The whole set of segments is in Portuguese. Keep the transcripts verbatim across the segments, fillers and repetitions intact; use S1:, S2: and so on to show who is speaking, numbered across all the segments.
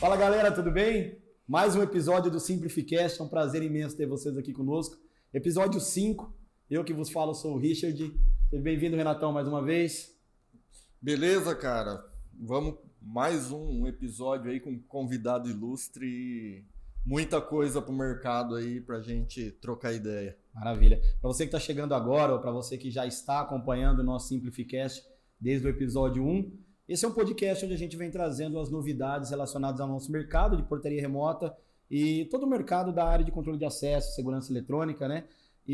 S1: Fala galera, tudo bem? Mais um episódio do Simplificast, é um prazer imenso ter vocês aqui conosco. Episódio cinco, eu que vos falo sou o Richard. Seja bem-vindo, Renatão, mais uma vez.
S2: Beleza, cara? Vamos mais um episódio aí com convidado ilustre e muita coisa pro mercado aí pra gente trocar ideia.
S1: Maravilha. Para você que está chegando agora ou para você que já está acompanhando o nosso Simplificast desde o episódio um, esse é um podcast onde a gente vem trazendo as novidades relacionadas ao nosso mercado de portaria remota e todo o mercado da área de controle de acesso, segurança eletrônica, né?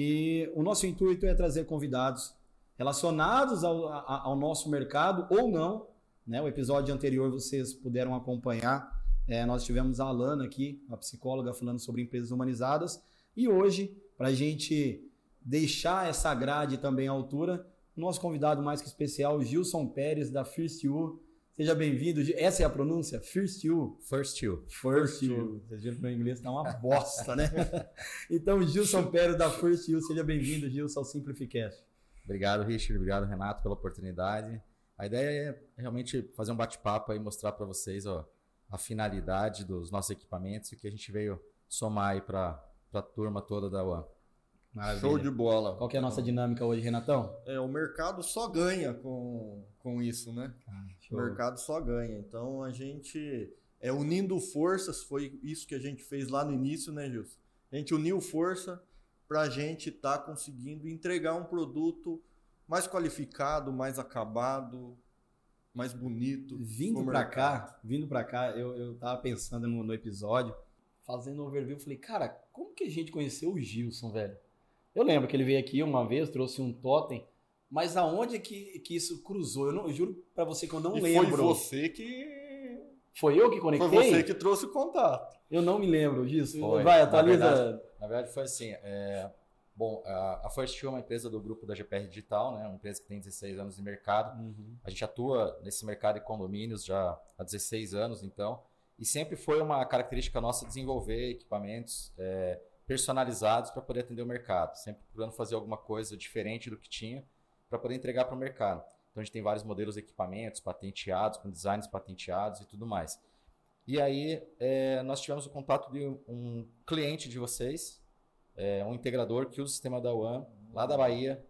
S1: E o nosso intuito é trazer convidados relacionados ao, ao nosso mercado ou não, né? O episódio anterior vocês puderam acompanhar, é, nós tivemos a Alana aqui, a psicóloga, falando sobre empresas humanizadas, e hoje, para a gente deixar essa grade também à altura, nosso convidado mais que especial, Gilson Pérez, da First U. Seja bem-vindo. Essa é a pronúncia? First U?
S3: First U.
S1: First U. Vocês viram que meu inglês está uma bosta, né? Então, Gilson Pérez, da First U. Seja bem-vindo, Gilson, ao Simplificast.
S3: Obrigado, Richard. Obrigado, Renato, pela oportunidade. A ideia é realmente fazer um bate-papo e mostrar para vocês ó, a finalidade dos nossos equipamentos e o que a gente veio somar aí para a turma toda da U A M.
S1: Maravilha.
S2: Show de bola.
S1: Qual que é a nossa dinâmica hoje, Renatão?
S2: É, o mercado só ganha com, com isso, né?
S1: Ah,
S2: o mercado só ganha. Então a gente é unindo forças, foi isso que a gente fez lá no início, né, Gilson? A gente uniu força para a gente estar tá conseguindo entregar um produto mais qualificado, mais acabado, mais bonito.
S1: Vindo para cá, vindo para cá, eu, eu tava pensando no, no episódio, fazendo um overview, falei, cara, como que a gente conheceu o Gilson, velho? Eu lembro que ele veio aqui uma vez, trouxe um totem, mas aonde é que, que isso cruzou? Eu, não, eu juro pra você que eu não
S2: e
S1: lembro.
S2: Foi você que...
S1: Foi eu que conectei?
S2: Foi você que trouxe o contato.
S1: Eu não me lembro disso.
S3: Foi.
S1: Vai, atualiza.
S3: Na verdade, na verdade foi assim, é... bom, a, a First U é uma empresa do grupo da G P R Digital, né? Uma empresa que tem dezesseis anos de mercado. Uhum. A gente atua nesse mercado de condomínios já há dezesseis anos, então, e sempre foi uma característica nossa desenvolver equipamentos é, personalizados para poder atender o mercado, sempre procurando fazer alguma coisa diferente do que tinha para poder entregar para o mercado. Então a gente tem vários modelos de equipamentos patenteados, com designs patenteados e tudo mais. E aí é, nós tivemos o contato de um cliente de vocês, é, um integrador que usa o sistema da U A M, lá da Bahia,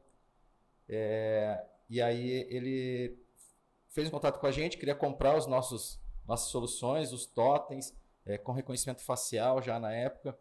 S3: é, e aí ele fez um contato com a gente, queria comprar os nossos, nossas soluções, os totens, é, com reconhecimento facial já na época.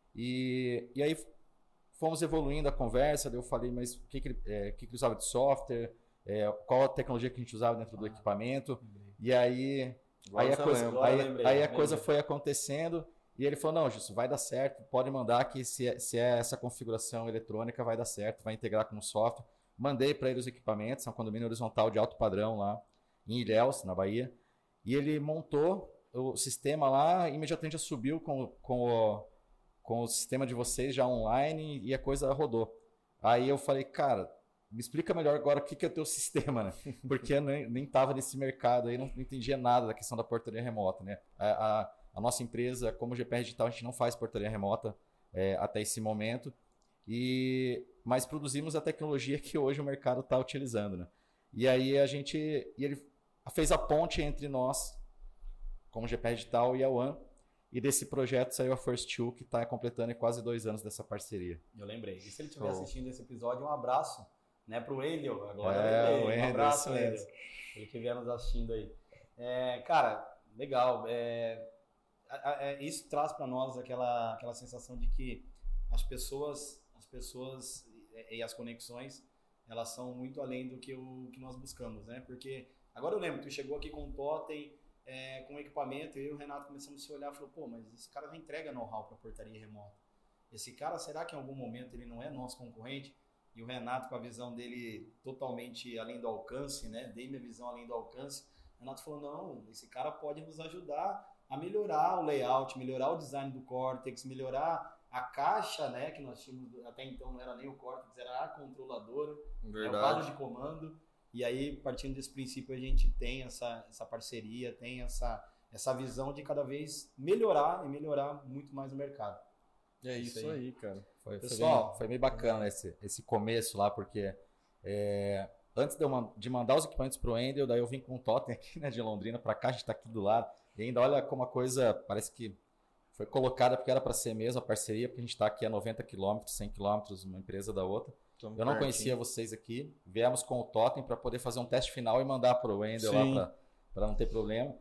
S3: E, e aí fomos evoluindo a conversa, eu falei, mas o que, que, ele, é, que, que ele usava de software, é, qual a tecnologia que a gente usava dentro do ah, equipamento, lembrei. E aí, aí a, coisa, aí, lembrei, aí a coisa foi acontecendo e ele falou, não, Justo, vai dar certo, pode mandar que se é, se é essa configuração eletrônica vai dar certo, vai integrar com o software. Mandei para ele os equipamentos, é um condomínio horizontal de alto padrão lá em Ilhéus, na Bahia, e ele montou o sistema lá e imediatamente já subiu com, com o com o sistema de vocês já online e a coisa rodou. Aí eu falei, cara, me explica melhor agora o que, que é o teu sistema, né? Porque eu nem, nem tava nesse mercado aí, não, não entendia nada da questão da portaria remota, né? A, a, a nossa empresa, como G P R Digital, a gente não faz portaria remota é, até esse momento, e, mas produzimos a tecnologia que hoje o mercado está utilizando, né? E aí a gente, e ele fez a ponte entre nós, como G P R Digital e a U A M, e desse projeto saiu a First U, que está completando quase dois anos dessa parceria.
S1: Eu lembrei. E se ele estiver oh. assistindo esse episódio, um abraço, né, para o Wendel. Agora
S3: é,
S1: eu lembrei.
S3: O Wendel,
S1: um abraço, Wendel. Ele que estiver nos assistindo aí. É, cara, legal. É, é, isso traz para nós aquela, aquela sensação de que as pessoas, as pessoas e as conexões, elas são muito além do que, o, que nós buscamos, né? Porque agora eu lembro, tu chegou aqui com um totem, É, com o equipamento, eu e o Renato começamos a se olhar e falou, pô, mas esse cara já entrega know-how para portaria remota. Esse cara, será que em algum momento ele não é nosso concorrente? E o Renato, com a visão dele totalmente além do alcance, né? Dei minha visão além do alcance. O Renato falou, não, esse cara pode nos ajudar a melhorar o layout, melhorar o design do Cortex, melhorar a caixa, né? Que nós tínhamos, até então não era nem o Cortex, era a controladora, é o quadro de comando. E aí, partindo desse princípio, a gente tem essa, essa parceria, tem essa, essa visão de cada vez melhorar e melhorar muito mais o mercado.
S2: É isso, isso aí. aí, cara.
S3: Foi, Pessoal, foi, bem, foi meio bacana esse, esse começo lá, porque é, antes de, eu, de mandar os equipamentos pro Wendel, daí eu vim com um totem aqui, né, de Londrina para cá, a gente tá aqui do lado. E ainda olha como a coisa parece que foi colocada porque era para ser mesmo a parceria, porque a gente está aqui a noventa quilômetros, cem quilômetros, uma empresa da outra. Eu não pertinho. Conhecia vocês aqui, viemos com o Totem para poder fazer um teste final e mandar para o Wendel lá para não ter problema.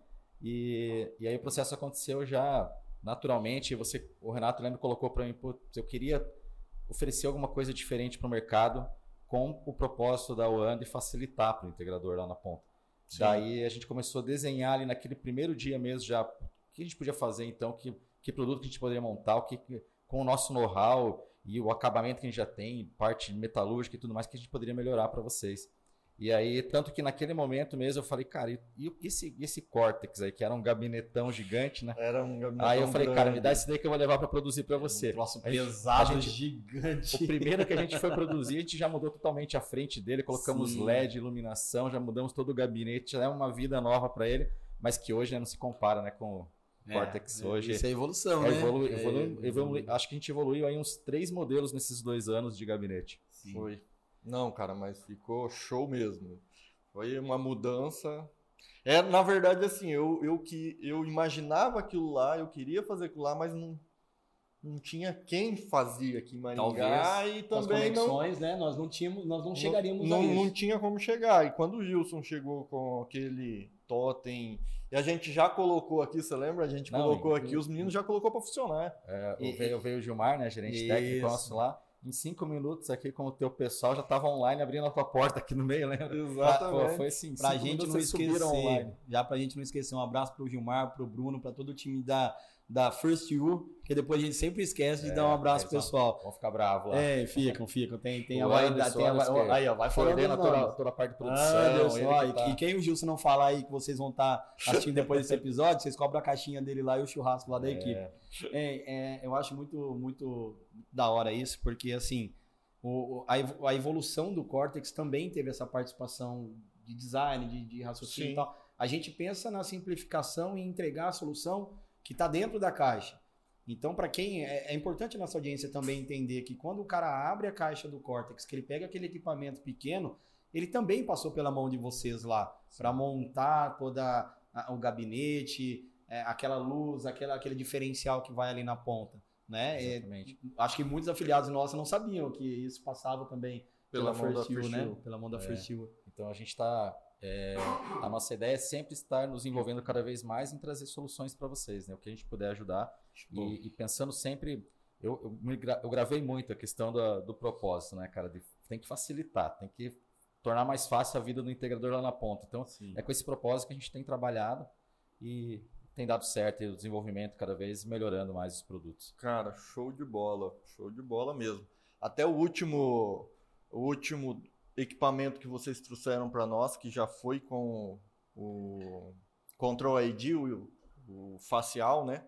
S3: E, e aí o processo aconteceu já naturalmente. Você, o Renato lembra, colocou para mim, pô, eu queria oferecer alguma coisa diferente para o mercado com o propósito da U A N de facilitar para o integrador lá na ponta. Sim. Daí a gente começou a desenhar ali naquele primeiro dia mesmo já o que a gente podia fazer então, que, que produto que a gente poderia montar, o que, com o nosso know-how e o acabamento que a gente já tem, parte metalúrgica e tudo mais, que a gente poderia melhorar para vocês. E aí, tanto que naquele momento mesmo eu falei, cara, e, e esse, esse Cortex aí, que era um gabinetão gigante, né?
S2: Era um gabinetão
S3: Aí eu falei,
S2: grande.
S3: cara, me dá esse daí que eu vou levar para produzir para você.
S1: Um troço pesado,
S3: a gente,
S1: gigante.
S3: O primeiro que a gente foi produzir, a gente já mudou totalmente a frente dele, colocamos
S1: Sim.
S3: L E D, iluminação, já mudamos todo o gabinete, já é uma vida nova para ele, mas que hoje, né, não se compara, né, com o Cortex
S1: é,
S3: hoje.
S1: Isso é evolução,
S3: é
S1: né?
S3: Evolu
S1: é,
S3: evolu
S1: evolu
S3: evolu acho que a gente evoluiu aí uns três modelos nesses dois anos de gabinete.
S2: Sim. Foi. Não, cara, mas ficou show mesmo. Foi uma mudança. É, na verdade, assim, eu, eu, que, eu imaginava aquilo lá, eu queria fazer aquilo lá, mas não, não tinha quem fazia aqui em Maringá.
S1: Talvez,
S2: e
S1: com as
S2: também
S1: conexões, não, né? Nós não tínhamos, nós não chegaríamos
S2: não,
S1: a
S2: não,
S1: isso.
S2: Não tinha como chegar. E quando o Gilson chegou com aquele totem, e a gente já colocou aqui, você lembra? A gente não, colocou aqui, os meninos já colocou para funcionar.
S3: É, e, veio, veio o Gilmar, né, gerente isso. técnico nosso lá. Em cinco minutos aqui com o teu pessoal já estava online abrindo a tua porta aqui no meio, lembra?
S2: Exatamente.
S3: Pô, foi assim,
S1: pra gente não esquecer,
S3: online.
S1: já pra gente não esquecer, um abraço pro Gilmar, pro Bruno, pra todo o time da, da First U, que depois a gente sempre esquece de é, dar um abraço pro pessoal.
S3: Vão ficar bravos lá.
S1: É, ficam, ficam. Tem, tem
S3: o
S1: a vaidade, tem a
S3: va
S1: aí, ó, vai falando
S3: toda, toda a parte de produção.
S1: Ah, Deus, ó,
S3: que tá...
S1: E quem o Gilson não falar aí que vocês vão estar tá assistindo depois desse episódio, vocês cobram a caixinha dele lá e o churrasco lá da
S3: é.
S1: equipe. É, é, eu acho muito, muito da hora isso, porque assim, o, a evolução do Cortex também teve essa participação de design, de, de raciocínio Sim. e tal. A gente pensa na simplificação e entregar a solução que está dentro da caixa. Então, para quem... É, é importante a nossa audiência também entender que quando o cara abre a caixa do Cortex, que ele pega aquele equipamento pequeno, ele também passou pela mão de vocês lá para montar todo o gabinete, é, aquela luz, aquela, aquele diferencial que vai ali na ponta. Né? É, acho que muitos afiliados nossos não sabiam que isso passava também pela, pela First U, né? Pela mão da é. First U.
S3: Então, a gente está... É, a nossa ideia é sempre estar nos envolvendo cada vez mais em trazer soluções para vocês, né? O que a gente puder ajudar e, e pensando sempre, eu, eu, me, eu gravei muito a questão do, do propósito, né, cara? De, tem que facilitar, tem que tornar mais fácil a vida do integrador lá na ponta. Então, Sim. é com esse propósito que a gente tem trabalhado e tem dado certo e o desenvolvimento cada vez melhorando mais os produtos.
S2: Cara, show de bola, show de bola mesmo. Até o último, o último equipamento que vocês trouxeram para nós, que já foi com o Control I D, o, o facial, né?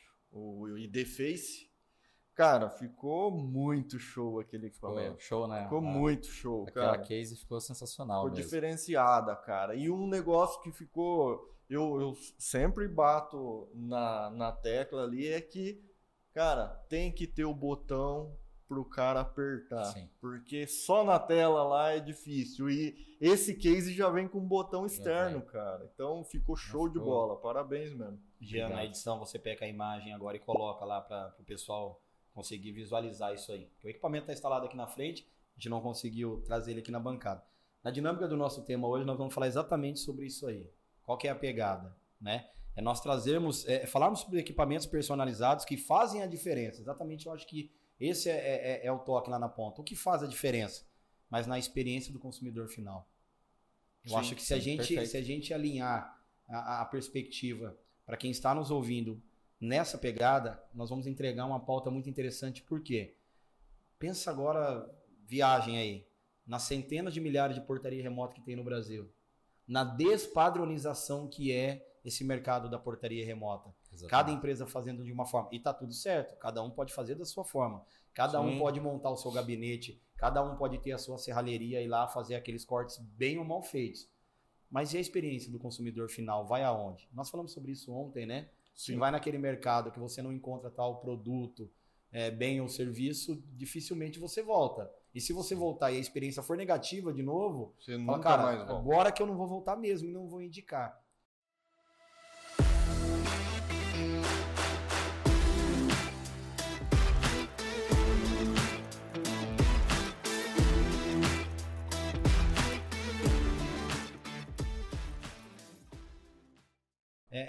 S2: O I D Face. Cara, ficou muito show aquele equipamento.
S3: Ficou show, né?
S2: Ficou
S3: ah,
S2: muito show,
S3: aquela
S2: cara.
S3: Aquela case ficou sensacional
S2: Ficou
S3: mesmo.
S2: diferenciada, cara. E um negócio que ficou... Eu, eu sempre bato na, na tecla ali é que, cara, tem que ter o botão pro cara apertar. Sim. Porque só na tela lá é difícil. E esse case já vem com um botão externo, é, cara. Então ficou show Mas de ficou... bola. Parabéns mesmo.
S1: Jean, na edição você pega a imagem agora e coloca lá para o pessoal conseguir visualizar isso aí. Porque o equipamento está instalado aqui na frente, a gente não conseguiu trazer ele aqui na bancada. Na dinâmica do nosso tema hoje, nós vamos falar exatamente sobre isso aí. Qual que é a pegada, né? É nós trazermos, é, falarmos sobre equipamentos personalizados que fazem a diferença. Exatamente, eu acho que esse é, é, é o toque lá na ponta. O que faz a diferença? Mas na experiência do consumidor final. Eu sim, acho que se, sim, a gente, se a gente alinhar a, a perspectiva para quem está nos ouvindo nessa pegada, nós vamos entregar uma pauta muito interessante. Por quê? Pensa agora, viagem aí, nas centenas de milhares de portaria remota que tem no Brasil. Na despadronização que é esse mercado da portaria remota. Exatamente. Cada empresa fazendo de uma forma. E tá tudo certo, cada um pode fazer da sua forma. Cada Sim. um pode montar o seu gabinete, cada um pode ter a sua serralheria e ir lá fazer aqueles cortes bem ou mal feitos. Mas e a experiência do consumidor final? Vai aonde? Nós falamos sobre isso ontem, né? Sim. Você vai naquele mercado que você não encontra tal produto, é, bem ou serviço, dificilmente você volta. E se você voltar e a experiência for negativa de novo,
S2: você
S1: fala, cara, mais volta. Agora que eu não vou voltar mesmo e não vou indicar.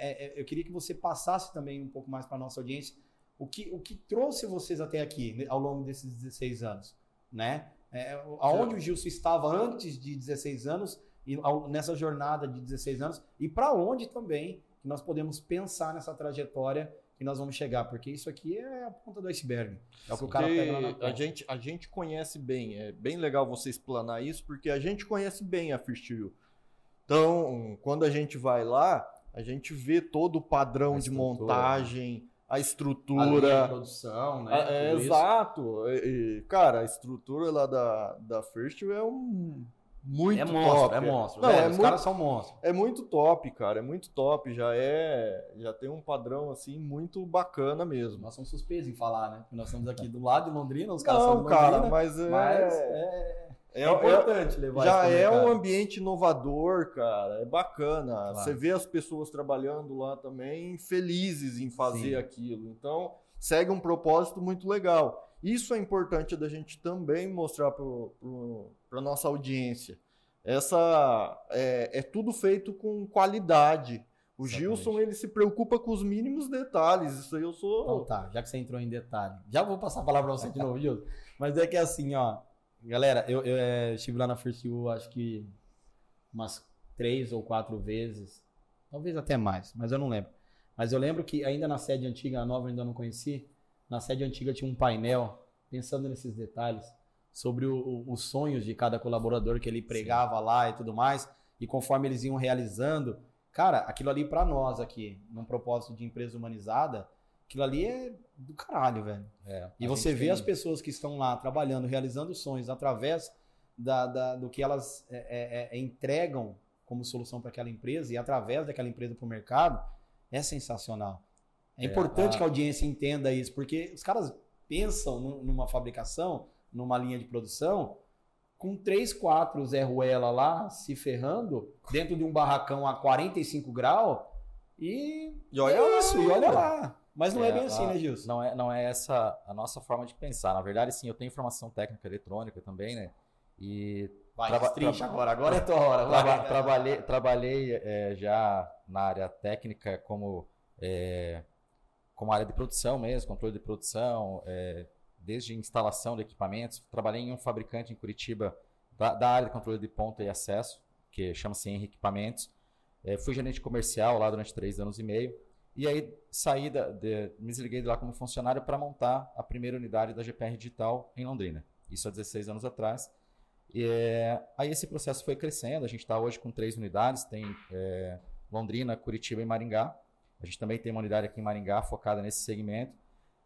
S1: é, é, eu queria que você passasse também um pouco mais para a nossa audiência o que, o que trouxe vocês até aqui ao longo desses dezesseis anos, né? É, aonde o Gilson estava antes de dezesseis anos e ao, nessa jornada de dezesseis anos e para onde também que nós podemos pensar nessa trajetória que nós vamos chegar, porque isso aqui é a ponta do iceberg. É o que o cara pega lá na ponta.
S2: A gente, a gente conhece bem, é bem legal você explanar isso, porque a gente conhece bem a First Wheel. Então, quando a gente vai lá, a gente vê todo o padrão de montagem, a estrutura. A linha
S1: de produção, né?
S2: A, é, exato. E, e, cara, a estrutura lá da, da First Wheel é um... Muito
S1: é monstro,
S2: top.
S1: É monstro,
S2: Não,
S1: velho,
S2: é
S1: os
S2: muito,
S1: caras são monstros.
S2: É muito top, cara. É muito top. Já é. Já tem um padrão assim muito bacana mesmo.
S1: Nós somos suspeitos em falar, né? Porque nós estamos aqui do lado de Londrina, os caras
S2: Não,
S1: são de Londrina.
S2: Cara, mas é.
S1: Mas é,
S2: é,
S1: é importante levar
S2: já
S1: isso.
S2: Já é um ambiente inovador, cara. É bacana.
S1: Claro.
S2: Você vê as pessoas trabalhando lá também felizes em fazer Sim. aquilo. Então, segue um propósito muito legal. Isso é importante da gente também mostrar para a nossa audiência. Essa é, é tudo feito com qualidade. O Exatamente. Gilson, ele se preocupa com os mínimos detalhes. Isso aí eu sou...
S1: Então tá, já que você entrou em detalhe. Já vou passar a palavra para você de novo, Gilson. Mas é que assim, ó... Galera, eu, eu é, estive lá na First Wheel, acho que umas três ou quatro vezes. Talvez até mais, mas eu não lembro. Mas eu lembro que ainda na sede antiga, a nova eu ainda não conheci, na sede antiga tinha um painel, pensando nesses detalhes, sobre o, o, os sonhos de cada colaborador que ele pregava Sim. lá e tudo mais, e conforme eles iam realizando, cara, aquilo ali para nós aqui, num propósito de empresa humanizada, aquilo ali é do caralho, velho. É, e você vê tem... as pessoas que estão lá trabalhando, realizando sonhos através da, da, do que elas é, é, é, entregam como solução para aquela empresa e através daquela empresa para o mercado, é sensacional. É, é importante a... que a audiência entenda isso, porque os caras pensam numa fabricação, numa linha de produção, com três, quatro Zé Ruela lá, se ferrando, dentro de um barracão a quarenta e cinco graus, e,
S2: e olha
S1: isso,
S2: lá,
S1: e olha lá. Mas não é, é bem assim,
S3: a,
S1: né, Gilson?
S3: Não é, não é essa a nossa forma de pensar. Na verdade, sim, eu tenho formação técnica eletrônica também, né? E...
S1: Vai, traba, traba, agora, agora é tua hora.
S3: Traba, vai. Trabalhei, trabalhei é, já na área técnica como, é, como área de produção mesmo, controle de produção, é, desde instalação de equipamentos. Trabalhei em um fabricante em Curitiba da, da área de controle de ponta e acesso, que chama-se Henry Equipamentos. É, fui gerente comercial lá durante três anos e meio. E aí saí da, de, me desliguei de lá como funcionário para montar a primeira unidade da G P R Digital em Londrina. Isso há dezesseis anos atrás. E, é, aí esse processo foi crescendo. A gente está hoje com três unidades. Tem é, Londrina, Curitiba e Maringá. A gente também tem uma unidade aqui em Maringá focada nesse segmento.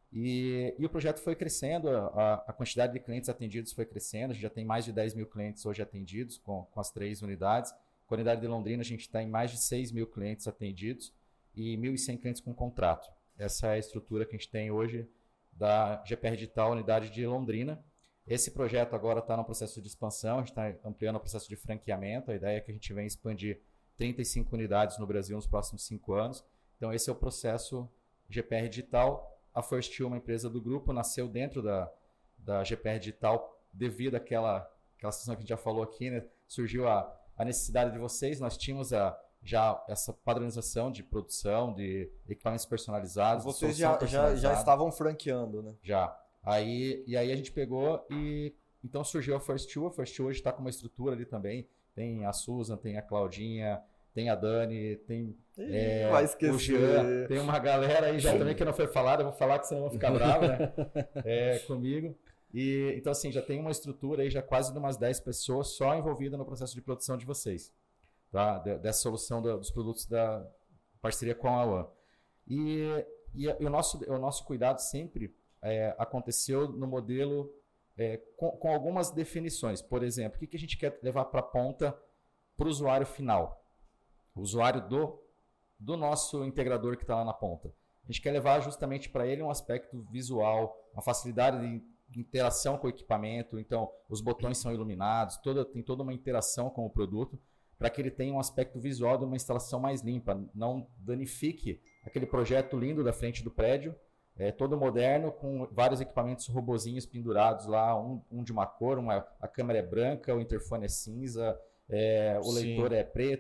S3: E, e o projeto foi crescendo, a, a quantidade de clientes atendidos foi crescendo. A gente já tem mais de dez mil clientes hoje atendidos com, com as três unidades. Com a unidade de Londrina, a gente está em mais de seis mil clientes atendidos e mil e cem clientes com contrato. Essa é a estrutura que a gente tem hoje da G P R Digital, unidade de Londrina. Esse projeto agora está no processo de expansão, a gente está ampliando o processo de franqueamento. A ideia é que a gente venha expandir trinta e cinco unidades no Brasil nos próximos cinco anos. Então, esse é o processo G P R Digital. A First Wheel, uma empresa do grupo, nasceu dentro da, da G P R Digital devido àquela, àquela situação que a gente já falou aqui, né? Surgiu a, a necessidade de vocês, nós tínhamos a já essa padronização de produção, de equipamentos personalizados.
S2: Vocês já, já, já estavam franqueando, né?
S3: Já. Aí, e aí a gente pegou e então surgiu a First Wheel. A First Wheel hoje está com uma estrutura ali também. Tem a Susan, tem a Claudinha, tem a Dani, tem é,
S2: vai esquecer.
S3: O Jean. Tem uma galera aí já também que não foi falada. Eu vou falar que senão vão ficar bravos, né? É, comigo. E, então, assim, já tem uma estrutura aí, já quase de umas dez pessoas só envolvidas no processo de produção de vocês. Tá? Dessa solução da, dos produtos da parceria com a One. E, e, e o, nosso, o nosso cuidado sempre é, aconteceu no modelo é, com, com algumas definições. Por exemplo, o que, que a gente quer levar para a ponta para o usuário final? O usuário do, do nosso integrador que está lá na ponta. A gente quer levar justamente para ele um aspecto visual, uma facilidade de interação com o equipamento. Então, os botões são iluminados, toda, tem toda uma interação com o produto, para que ele tenha um aspecto visual de uma instalação mais limpa, não danifique aquele projeto lindo da frente do prédio, é, todo moderno, com vários equipamentos robozinhos pendurados lá, um, um de uma cor, uma, a câmera é branca, o interfone é cinza, é, o
S2: Sim.
S3: leitor é preto.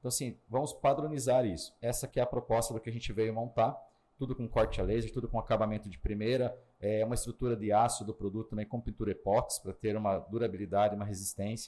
S3: Então, assim, vamos padronizar isso. Essa que é a proposta do que a gente veio montar. Tudo com corte a laser, tudo com acabamento de primeira, é uma estrutura de aço do produto também com pintura epóxi para ter uma durabilidade, uma resistência.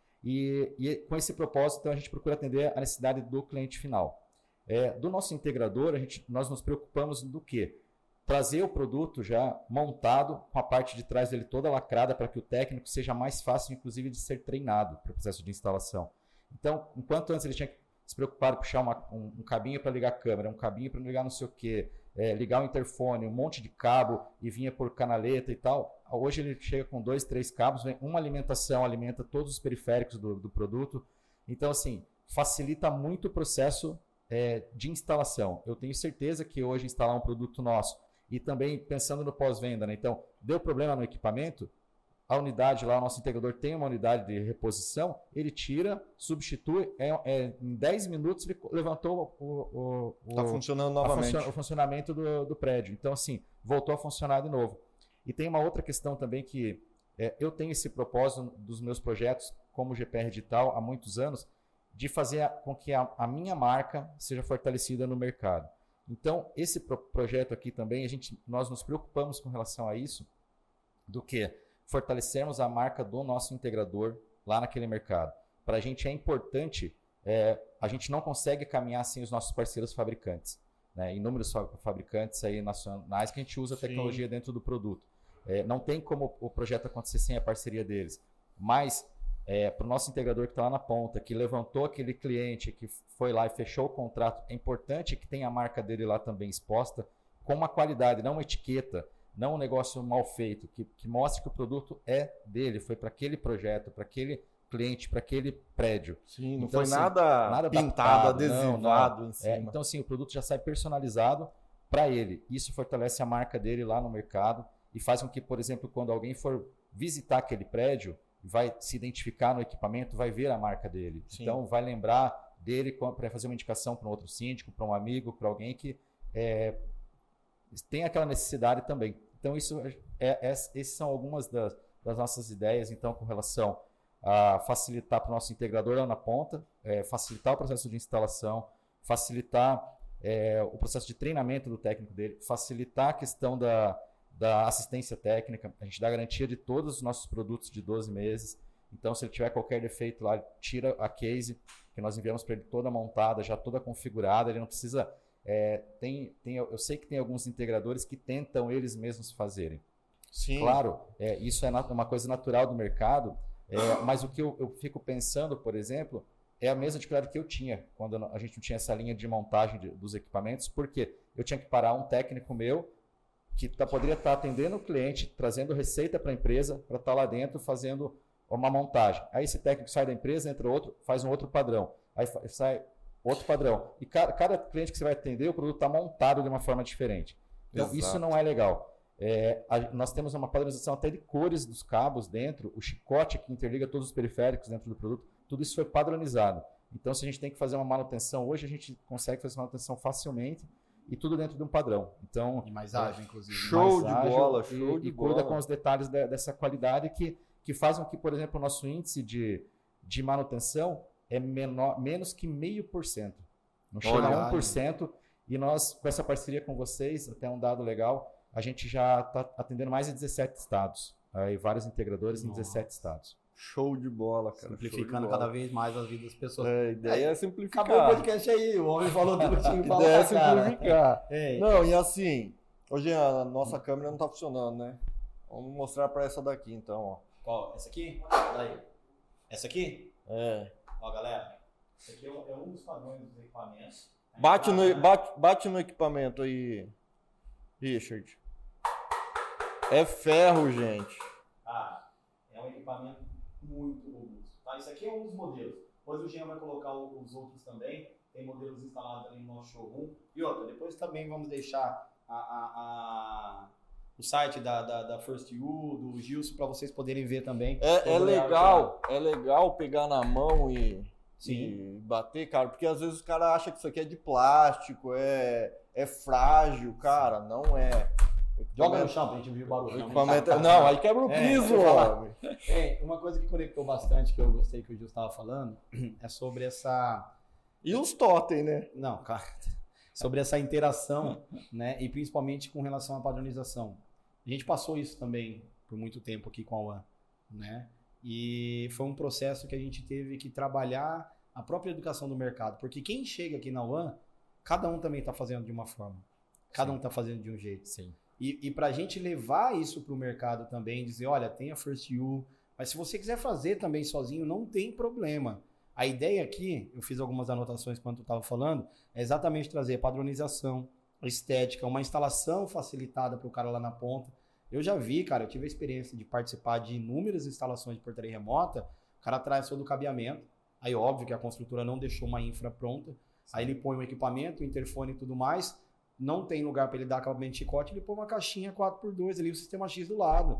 S3: E, e com esse propósito, então, a gente procura atender a necessidade do cliente final. É, do nosso integrador, a gente, nós nos preocupamos do quê? Trazer o produto já montado, com a parte de trás dele toda lacrada, para que o técnico seja mais fácil, inclusive, de ser treinado para o processo de instalação. Então, enquanto antes ele tinha que se preocupar em puxar uma, um, um cabinho para ligar a câmera, um cabinho para ligar não sei o quê, é, ligar o interfone, um monte de cabo e vinha por canaleta e tal. Hoje ele chega com dois, três cabos, vem uma alimentação, alimenta todos os periféricos do, do produto. Então, assim, facilita muito o processo é, de instalação. Eu tenho certeza que hoje instalar um produto nosso e também pensando no pós-venda, né? Então, deu problema no equipamento, a unidade lá, o nosso integrador tem uma unidade de reposição, ele tira, substitui, é, é, em dez minutos ele levantou o...
S2: Está funcionando novamente.
S3: Funcio, o funcionamento do, do prédio. Então, assim, voltou a funcionar de novo. E tem uma outra questão também que é, eu tenho esse propósito dos meus projetos, como G P R Digital, há muitos anos, de fazer a, com que a, a minha marca seja fortalecida no mercado. Então, esse pro, projeto aqui também, a gente, nós nos preocupamos com relação a isso, do que fortalecermos a marca do nosso integrador lá naquele mercado. Para a gente é importante, é, a gente não consegue caminhar sem os nossos parceiros fabricantes, né? Inúmeros fabricantes aí nacionais que a gente usa a tecnologia Sim. dentro do produto. É, não tem como o projeto acontecer sem a parceria deles, mas é, para o nosso integrador que está lá na ponta, que levantou aquele cliente, que foi lá e fechou o contrato, é importante que tenha a marca dele lá também exposta, com uma qualidade, não uma etiqueta, não um negócio mal feito, que, que mostre que o produto é dele, foi para aquele projeto, para aquele cliente, para aquele prédio.
S2: Sim, não
S3: então,
S2: foi
S3: assim,
S2: nada, nada pintado, adaptado, adesivado
S3: não, não.
S2: em cima.
S3: É, então, assim, o produto já sai personalizado para ele. Isso fortalece a marca dele lá no mercado e faz com que, por exemplo, quando alguém for visitar aquele prédio, vai se identificar no equipamento, vai ver a marca dele. Sim. Então, vai lembrar dele para fazer uma indicação para um outro síndico, para um amigo, para alguém que é, tem aquela necessidade também. Então, isso é, é, essas são algumas das, das nossas ideias, então, com relação a facilitar para o nosso integrador lá na ponta, é, facilitar o processo de instalação, facilitar é, o processo de treinamento do técnico dele, facilitar a questão da, da assistência técnica. A gente dá garantia de todos os nossos produtos de doze meses. Então, se ele tiver qualquer defeito lá, tira a case, que nós enviamos para ele toda montada, já toda configurada, ele não precisa... É, tem, tem, eu sei que tem alguns integradores que tentam eles mesmos fazerem.
S2: Sim.
S3: Claro, é, isso é uma coisa natural do mercado, é, mas o que eu, eu fico pensando, por exemplo, é a mesma dificuldade que eu tinha quando a gente não tinha essa linha de montagem de, dos equipamentos, porque eu tinha que parar um técnico meu que tá, poderia estar tá atendendo o cliente, trazendo receita para a empresa, para estar tá lá dentro fazendo uma montagem. Aí esse técnico sai da empresa, entra outro, faz um outro padrão. Aí sai... outro padrão. E cada, cada cliente que você vai atender, o produto está montado de uma forma diferente. Então, Exato. Isso não é legal. É, a, nós temos uma padronização até de cores dos cabos dentro, o chicote que interliga todos os periféricos dentro do produto, tudo isso foi padronizado. Então, se a gente tem que fazer uma manutenção hoje, a gente consegue fazer manutenção facilmente e tudo dentro de um padrão. Então,
S1: e mais ágil, inclusive.
S2: Show
S3: mais
S2: de
S3: ágil
S2: bola,
S3: e,
S2: show de
S3: e
S2: bola.
S3: cuida com os detalhes de, dessa qualidade que, que fazem com que, por exemplo, o nosso índice de, de manutenção é menor, menos que meio por cento. Não chega
S2: Olha,
S3: a um por cento. E nós, com essa parceria com vocês, até um dado legal, a gente já está atendendo mais de dezessete estados. Aí vários integradores Nossa. Em dezessete estados.
S2: Show de bola, cara.
S1: Simplificando cada vez mais a vida das pessoas.
S2: É, a ideia é, é simplificar.
S1: Acabou o podcast aí, o homem falou tudo que tinha que falar.
S2: A ideia é simplificar.
S1: É.
S2: Não, e assim, hoje a nossa câmera não está funcionando, né? Vamos mostrar para essa daqui, então, ó.
S1: Qual? Essa aqui? Daí. Essa aqui?
S2: É.
S1: Ó, galera. Esse aqui é um dos padrões dos equipamentos.
S2: Bate no, bate, bate no equipamento aí, Richard. É ferro, gente.
S1: Ah, é um equipamento muito robusto. Tá? Isso aqui é um dos modelos. Depois o Jean vai colocar os outros também. Tem modelos instalados ali no nosso showroom. E outra, depois também vamos deixar a, a, a, o site da, da, da First U, do Gilson, para vocês poderem ver também.
S2: É, é legal, é legal pegar na mão e...
S1: Sim.
S2: E bater, cara, porque às vezes o cara acha que isso aqui é de plástico, é, é frágil, cara, não é.
S1: Joga no chão pra gente ouvir o barulho.
S2: Equipamento... Não, aí quebra o piso, ó.
S1: É, uma coisa que conectou bastante, que eu gostei que o Gil estava falando, é sobre essa,
S2: E os totem, né?
S1: Não, cara, sobre essa interação, né? E principalmente com relação à padronização. A gente passou isso também por muito tempo aqui com a U A N, né? E foi um processo que a gente teve que trabalhar a própria educação do mercado, porque quem chega aqui na U A N, cada um também está fazendo de uma forma, cada Sim. um está fazendo de um jeito.
S3: Sim.
S1: E, e para a gente levar isso para o mercado também, dizer, olha, tem a First U, mas se você quiser fazer também sozinho, não tem problema. A ideia aqui, eu fiz algumas anotações quando tu estava falando, é exatamente trazer padronização, estética, uma instalação facilitada para o cara lá na ponta. Eu já vi, cara, eu tive a experiência de participar de inúmeras instalações de portaria remota, o cara traz todo o cabeamento, aí óbvio que a construtora não deixou uma infra pronta, Sim. aí ele põe o equipamento, o interfone e tudo mais, não tem lugar para ele dar acabamento de chicote, ele põe uma caixinha quatro por dois ali, o sistema X do lado.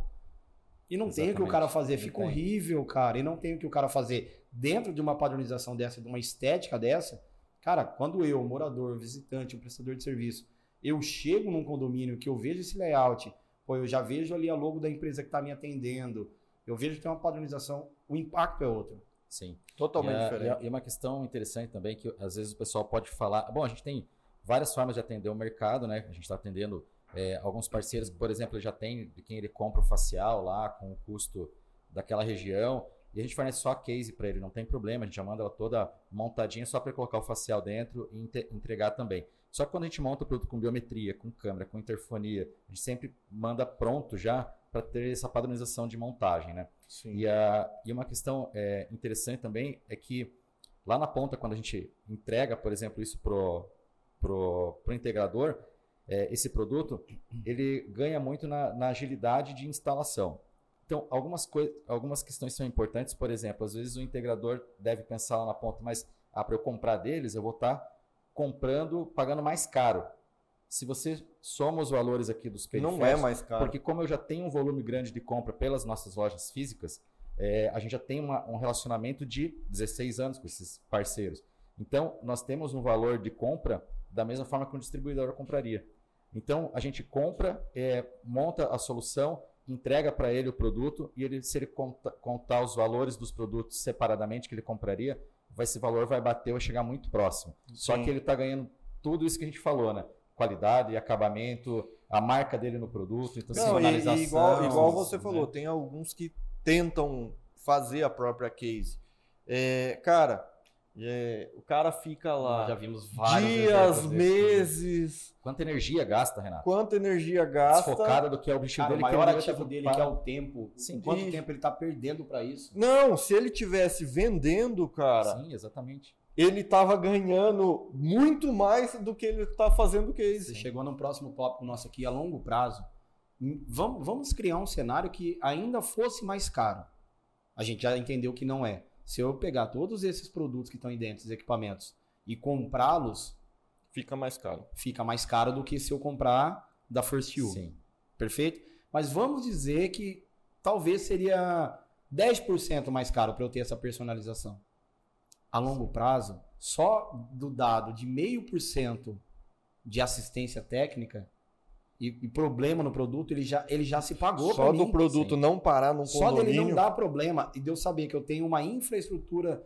S1: E não Exatamente. Tem o que o cara fazer, fica não horrível, tem. Cara, e não tem o que o cara fazer dentro de uma padronização dessa, de uma estética dessa. Cara, quando eu, morador, visitante, um prestador de serviço, eu chego num condomínio que eu vejo esse layout, pô, eu já vejo ali a logo da empresa que está me atendendo, eu vejo que tem uma padronização, o impacto é outro.
S3: Sim.
S1: Totalmente
S3: e a,
S1: diferente.
S3: E uma questão interessante também, que às vezes o pessoal pode falar, bom, a gente tem várias formas de atender o mercado, né? A gente está atendendo é, alguns parceiros, por exemplo, ele já tem de quem ele compra o facial lá, com o custo daquela região, e a gente fornece só a case para ele, não tem problema, a gente já manda ela toda montadinha só para colocar o facial dentro e entregar também. Só que quando a gente monta o produto com biometria, com câmera, com interfonia, a gente sempre manda pronto já para ter essa padronização de montagem, né?
S2: Sim.
S3: E, a, e uma questão é, interessante também é que lá na ponta, quando a gente entrega, por exemplo, isso pro pro, pro integrador, é, esse produto, ele ganha muito na, na agilidade de instalação. Então, algumas, coi- algumas questões são importantes, por exemplo, às vezes o integrador deve pensar lá na ponta, mas ah, para eu comprar deles, eu vou estar comprando, pagando mais caro. Se você soma os valores aqui dos periféricos,
S2: não é mais caro.
S3: Porque como eu já tenho um volume grande de compra pelas nossas lojas físicas, é, a gente já tem uma, um relacionamento de dezesseis anos com esses parceiros. Então, nós temos um valor de compra da mesma forma que um distribuidor compraria. Então, a gente compra, é, monta a solução, entrega para ele o produto e ele, se ele conta, contar os valores dos produtos separadamente que ele compraria, vai, esse valor vai bater, vai chegar muito próximo. Sim. Só que ele está ganhando tudo isso que a gente falou, né? Qualidade, acabamento, a marca dele no produto, então
S2: Não, e, e igual, igual você né? falou, tem alguns que tentam fazer a própria case. É, cara, é, o cara fica lá
S1: Nós já vimos vários
S2: dias, meses.
S3: Quanta energia gasta, Renato?
S2: Quanta energia gasta.
S3: Desfocada do que é o objetivo
S1: cara,
S3: dele.
S1: O maior
S3: que
S1: ativo dele, que é o tempo. Sim. Quanto e... tempo ele está perdendo para isso?
S2: Não, se ele tivesse vendendo, cara.
S3: Sim, exatamente.
S2: Ele estava ganhando muito mais do que ele está fazendo case.
S1: Você chegou no próximo tópico nosso aqui, a longo prazo. Vamos, vamos criar um cenário que ainda fosse mais caro. A gente já entendeu que não é. Se eu pegar todos esses produtos que estão aí dentro, esses equipamentos, e comprá-los,
S2: fica mais caro.
S1: Fica mais caro do que se eu comprar da First U.
S3: Sim.
S1: Perfeito? Mas vamos dizer que talvez seria dez por cento mais caro para eu ter essa personalização. A longo prazo, só do dado de meio por cento de assistência técnica e, e problema no produto, ele já, ele já se pagou.
S2: Só
S1: do
S2: mim. produto Sim. não parar num
S1: Só
S2: condomínio.
S1: dele não dar problema e de eu saber que eu tenho uma infraestrutura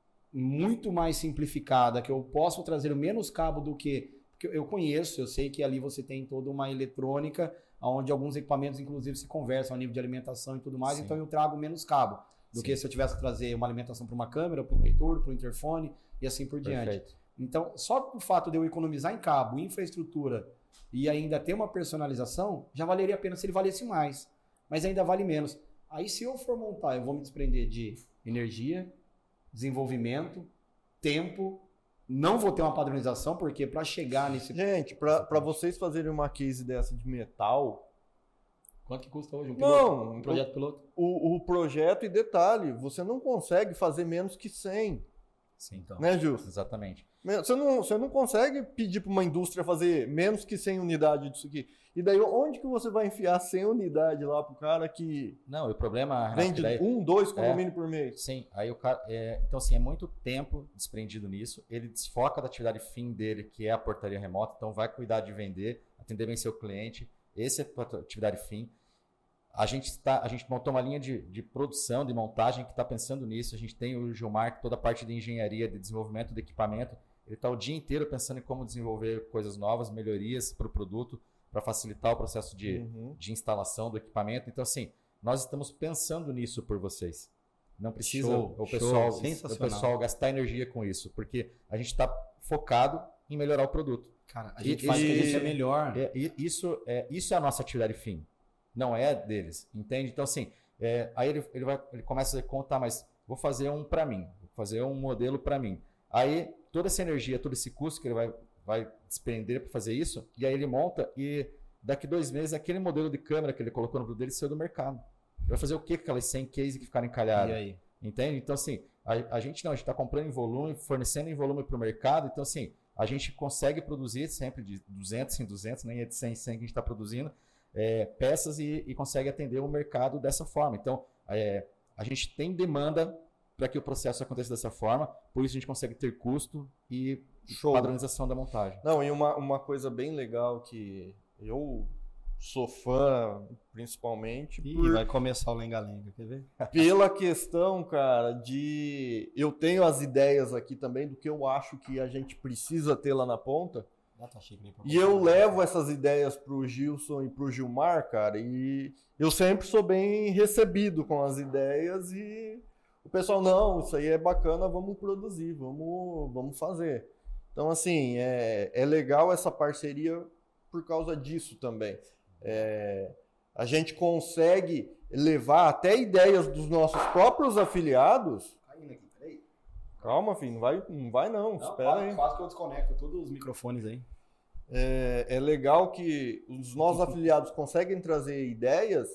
S1: muito mais simplificada, que eu posso trazer menos cabo do que... Porque eu conheço, eu sei que ali você tem toda uma eletrônica, onde alguns equipamentos, inclusive, se conversam a nível de alimentação e tudo mais, Sim. então eu trago menos cabo do Sim. que se eu tivesse que trazer uma alimentação para uma câmera, para um leitor, para um interfone e assim por diante.
S3: Perfeito.
S1: Então, só o fato de eu economizar em cabo, infraestrutura e ainda ter uma personalização, já valeria a pena se ele valesse mais. Mas ainda vale menos. Aí, se eu for montar, eu vou me desprender de energia, desenvolvimento, tempo, não vou ter uma padronização, porque para chegar nesse...
S2: Gente, para vocês fazerem uma case dessa de metal...
S1: Quanto que custa hoje um piloto?
S2: Não,
S1: um projeto piloto?
S2: O, o projeto, e detalhe, você não consegue fazer menos que cem.
S3: Sim, então.
S2: Né, Gilson?
S3: Exatamente.
S2: Você não, você não consegue pedir para uma indústria fazer menos que cem unidades disso aqui. E daí, onde que você vai enfiar cem unidades lá pro cara que...
S3: Não, e o problema... Renato,
S2: vende
S3: daí,
S2: um, dois condomínios
S3: é,
S2: por mês.
S3: Sim, aí o cara... É, então, assim, é muito tempo desprendido nisso. Ele desfoca da atividade fim dele, que é a portaria remota. Então, vai cuidar de vender, atender bem seu cliente. Esse é a atividade fim. A gente, tá, a gente montou uma linha de, de produção, de montagem que está pensando nisso. A gente tem o Gilmar, toda a parte de engenharia, de desenvolvimento de equipamento. Ele está o dia inteiro pensando em como desenvolver coisas novas, melhorias para o produto, para facilitar o processo de, uhum. de instalação do equipamento. Então, assim, nós estamos pensando nisso por vocês. Não precisa
S1: show,
S3: o, pessoal,
S1: show,
S3: o pessoal gastar energia com isso, porque a gente está focado em melhorar o produto.
S1: Cara, a gente e, faz o que a gente é melhor.
S3: É, isso, é, isso é a nossa atividade fim. Não é deles, entende? Então, assim, é, aí ele, ele, vai, ele começa a contar, mas vou fazer um para mim, vou fazer um modelo para mim. Aí, toda essa energia, todo esse custo que ele vai, vai desprender para fazer isso, e aí ele monta e daqui dois meses, aquele modelo de câmera que ele colocou no produto dele saiu do mercado. Ele vai fazer o que com aquelas cem cases que ficaram encalhadas?
S1: E aí?
S3: Entende? Então, assim, a, a gente não, a gente está comprando em volume, fornecendo em volume para o mercado, então, assim, a gente consegue produzir sempre de duzentos em duzentos, nem é de cem em cem que a gente está produzindo, É, peças e, e consegue atender o mercado dessa forma. Então, é, a gente tem demanda para que o processo aconteça dessa forma, por isso a gente consegue ter custo e Show. Padronização da montagem.
S2: Não, e uma, uma coisa bem legal que eu sou fã, principalmente...
S1: Ih,
S2: por...
S1: vai começar o lenga-lenga, quer ver?
S2: Pela questão, cara, de... Eu tenho as ideias aqui também do que eu acho que a gente precisa ter lá na ponta. E eu levo essas ideias pro Gilson e pro Gilmar, cara, e eu sempre sou bem recebido com as ideias e o pessoal, não, isso aí é bacana, vamos produzir, vamos, vamos fazer. Então, assim, é, é legal essa parceria por causa disso também. É, a gente consegue levar até ideias dos nossos próprios afiliados. Calma, filho, não vai não, vai não, não espera
S1: quase,
S2: aí.
S1: Quase que eu desconecto todos os microfones aí.
S2: É, é legal que os nossos afiliados conseguem trazer ideias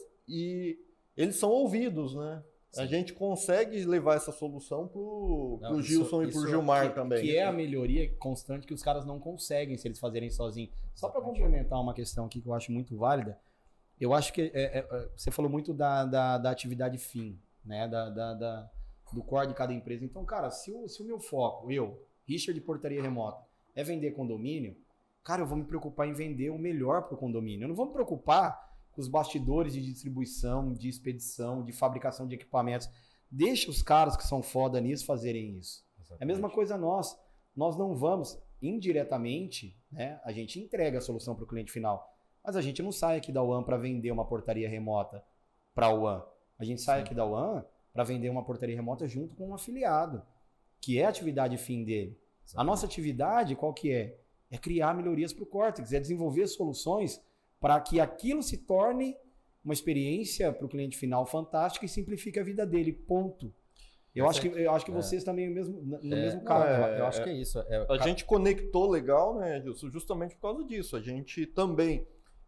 S2: e eles são ouvidos, né? Sim. A gente consegue levar essa solução pro, não, pro isso, Gilson e pro Gilmar
S1: que,
S2: também.
S1: Que é a melhoria constante que os caras não conseguem se eles fazerem sozinhos. Só para complementar uma questão aqui que eu acho muito válida, eu acho que é, é, você falou muito da, da, da atividade fim, né? Da, da, da do core de cada empresa. Então, cara, se o, se o meu foco, eu, Richard de Portaria Remota, é vender condomínio, cara, eu vou me preocupar em vender o melhor para o condomínio. Eu não vou me preocupar com os bastidores de distribuição, de expedição, de fabricação de equipamentos. Deixa os caras que são foda nisso fazerem isso. Exatamente. É a mesma coisa nós. Nós não vamos, indiretamente, né, a gente entrega a solução para o cliente final, mas a gente não sai aqui da U A M para vender uma portaria remota para a U A M. A gente sai Sim. aqui da U A M para vender uma portaria remota junto com um afiliado, que é a atividade fim dele. Exatamente. A nossa atividade, qual que é? É criar melhorias para o Cortex, é desenvolver soluções para que aquilo se torne uma experiência para o cliente final fantástica e simplifique a vida dele, ponto. Eu acho que, eu acho que é. vocês também no mesmo, no é, mesmo caso.
S3: É, eu acho é, que é isso. É,
S2: a gente conectou legal, né, Gilson? Justamente por causa disso. A gente também,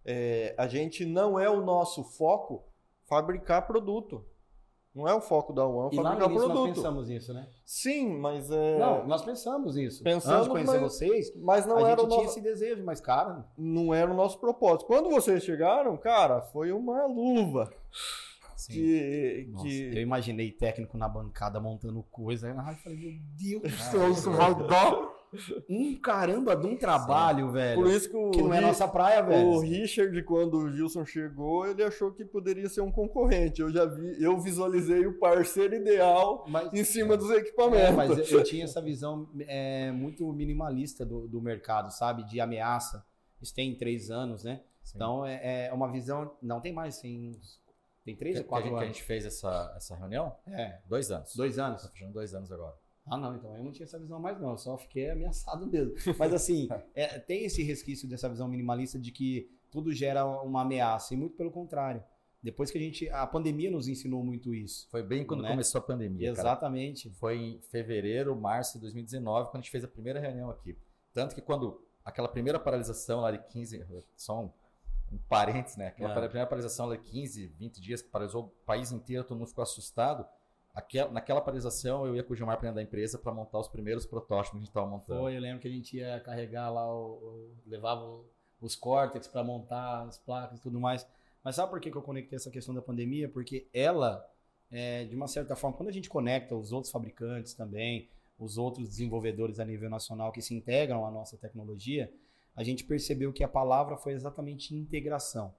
S2: é, a gente não é o nosso foco fabricar produto. Não é o foco da U A M fabricar
S1: produto. E lá no início
S2: produto.
S1: nós pensamos nisso, né?
S2: Sim, mas é...
S1: Não, nós pensamos nisso.
S2: Pensamos,
S1: Antes de conhecer
S2: mas,
S1: vocês,
S2: mas não
S1: a
S2: era
S1: gente
S2: o
S1: tinha
S2: nosso...
S1: esse desejo, mas, cara...
S2: Não era o nosso propósito. Quando vocês chegaram, cara, foi uma luva.
S1: Sim.
S2: Que,
S1: Nossa,
S2: que...
S1: eu imaginei técnico na bancada montando coisa. Aí eu falei, meu Deus do céu, isso vai dar um caramba de um trabalho, Sim. velho.
S2: Por isso que, o
S1: que não é nossa praia, velho.
S2: O Richard, quando o Gilson chegou, ele achou que poderia ser um concorrente. Eu já vi, eu visualizei o parceiro ideal mas, em cima é, dos equipamentos. É,
S1: mas eu, eu tinha essa visão é, muito minimalista do, do mercado, sabe? De ameaça. Isso tem três anos, né? Sim. Então é, é uma visão. Não tem mais, tem, tem três
S3: que,
S1: ou quatro
S3: que
S1: anos.
S3: Que a gente fez essa, essa reunião?
S1: É.
S3: Dois anos.
S1: Dois anos.
S3: Tá fechando dois anos agora.
S1: Ah, não, então eu não tinha essa visão mais não, eu só fiquei ameaçado mesmo. Mas assim, é, tem esse resquício dessa visão minimalista de que tudo gera uma ameaça, e muito pelo contrário. Depois que a gente, a pandemia nos ensinou muito isso.
S3: Foi bem quando né? começou a pandemia,
S1: Exatamente.
S3: Cara. Foi em fevereiro, março de dois mil e dezenove, quando a gente fez a primeira reunião aqui. Tanto que quando, aquela primeira paralisação lá de quinze, só um, um parênteses, né? Aquela é. primeira paralisação lá de quinze, vinte dias, que paralisou o país inteiro, todo mundo ficou assustado. Aquela, naquela paralisação, eu ia com o Gilmar para dentro da empresa para montar os primeiros protótipos que a gente estava montando.
S1: Foi, eu lembro que a gente ia carregar lá, o, o, levava o, os córtex para montar as placas e tudo mais. Mas sabe por que, que eu conectei essa questão da pandemia? Porque ela, é, de uma certa forma, quando a gente conecta os outros fabricantes também, os outros desenvolvedores a nível nacional que se integram à nossa tecnologia, a gente percebeu que a palavra foi exatamente integração.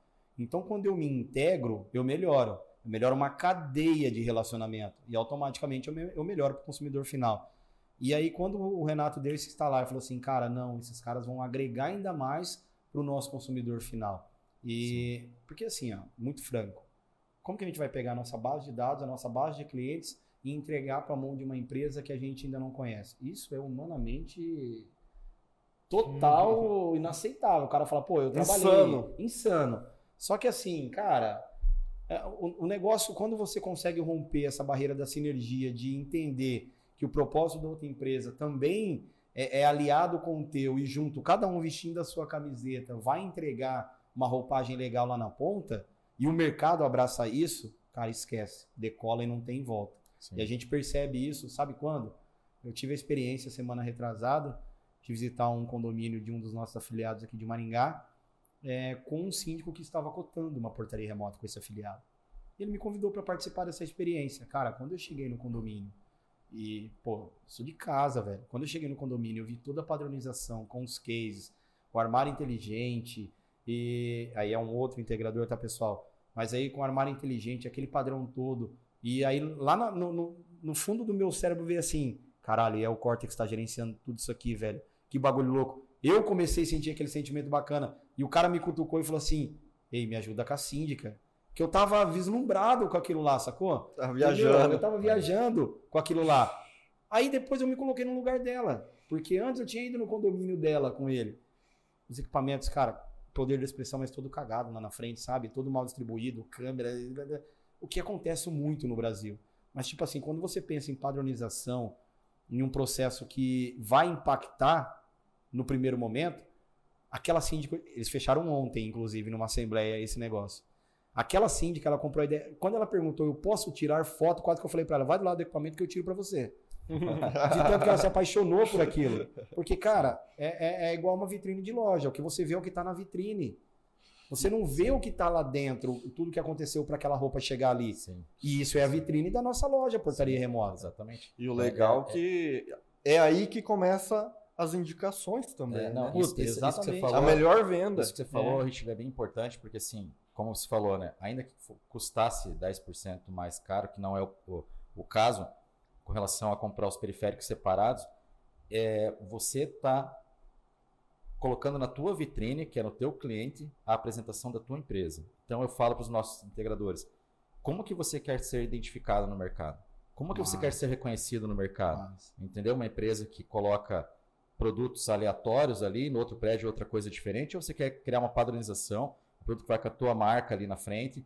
S1: Então, quando eu me integro, eu melhoro. Eu melhoro uma cadeia de relacionamento e automaticamente eu, me, eu melhoro para o consumidor final. E aí, quando o Renato deu esse instalar, falou assim, cara, não, esses caras vão agregar ainda mais para o nosso consumidor final. E Sim. Porque assim, ó, muito franco, como que a gente vai pegar a nossa base de dados, a nossa base de clientes e entregar para a mão de uma empresa que a gente ainda não conhece? Isso é humanamente total uhum. inaceitável. O cara fala, pô, eu trabalhei... Insano. Insano. Só que assim, cara, o, o negócio, quando você consegue romper essa barreira da sinergia, de entender que o propósito da outra empresa também é, é aliado com o teu e junto, cada um vestindo a sua camiseta, vai entregar uma roupagem legal lá na ponta e o mercado abraça isso, cara, esquece. Decola e não tem volta. Sim. E a gente percebe isso, sabe quando? Eu tive a experiência semana retrasada de visitar um condomínio de um dos nossos afiliados aqui de Maringá, é, com um síndico que estava cotando uma portaria remota com esse afiliado. Ele me convidou para participar dessa experiência. Cara, quando eu cheguei no condomínio, e, pô, sou de casa, velho. Quando eu cheguei no condomínio, eu vi toda a padronização com os cases, o armário inteligente, e aí é um outro integrador, tá, pessoal? Mas aí com o armário inteligente, aquele padrão todo. E aí lá na, no, no, no fundo do meu cérebro veio assim, caralho, é o Cortex que tá gerenciando tudo isso aqui, velho. Que bagulho louco. Eu comecei a sentir aquele sentimento bacana. E o cara me cutucou e falou assim, ei, me ajuda com a síndica. Que eu tava vislumbrado com aquilo lá, sacou?
S2: Tava viajando.
S1: Eu tava viajando com aquilo lá. Aí depois eu me coloquei no lugar dela. Porque antes eu tinha ido no condomínio dela com ele. Os equipamentos, cara, poder de expressão, mas todo cagado lá na frente, sabe? Todo mal distribuído, câmera. O que acontece muito no Brasil. Mas tipo assim, quando você pensa em padronização, em um processo que vai impactar no primeiro momento, aquela síndica, eles fecharam ontem, inclusive, numa assembleia, esse negócio. Aquela síndica, ela comprou a ideia. Quando ela perguntou, eu posso tirar foto? Quase que eu falei pra ela, vai do lado do equipamento que eu tiro pra você. De tanto que ela se apaixonou por aquilo. Porque, cara, é, é, é igual uma vitrine de loja. O que você vê é o que tá na vitrine. Você não vê o que tá lá dentro, tudo que aconteceu para aquela roupa chegar ali. Sim. E isso é a vitrine da nossa loja, Portaria Sim, Remota.
S2: Exatamente. E o legal é, é que é aí que começa as indicações também. É, não,
S3: né? isso, isso, isso que você falou,
S2: a melhor venda.
S3: Isso que você falou, é. Richard, é bem importante, porque assim, como você falou, né? Ainda que custasse dez por cento mais caro, que não é o, o, o caso, com relação a comprar os periféricos separados, é, você está colocando na tua vitrine, que é no teu cliente, a apresentação da tua empresa. Então eu falo para os nossos integradores, como que você quer ser identificado no mercado? Como que Nossa. Você quer ser reconhecido no mercado? Nossa. Entendeu? Uma empresa que coloca produtos aleatórios ali, no outro prédio outra coisa diferente, ou você quer criar uma padronização, um produto que vai com a tua marca ali na frente,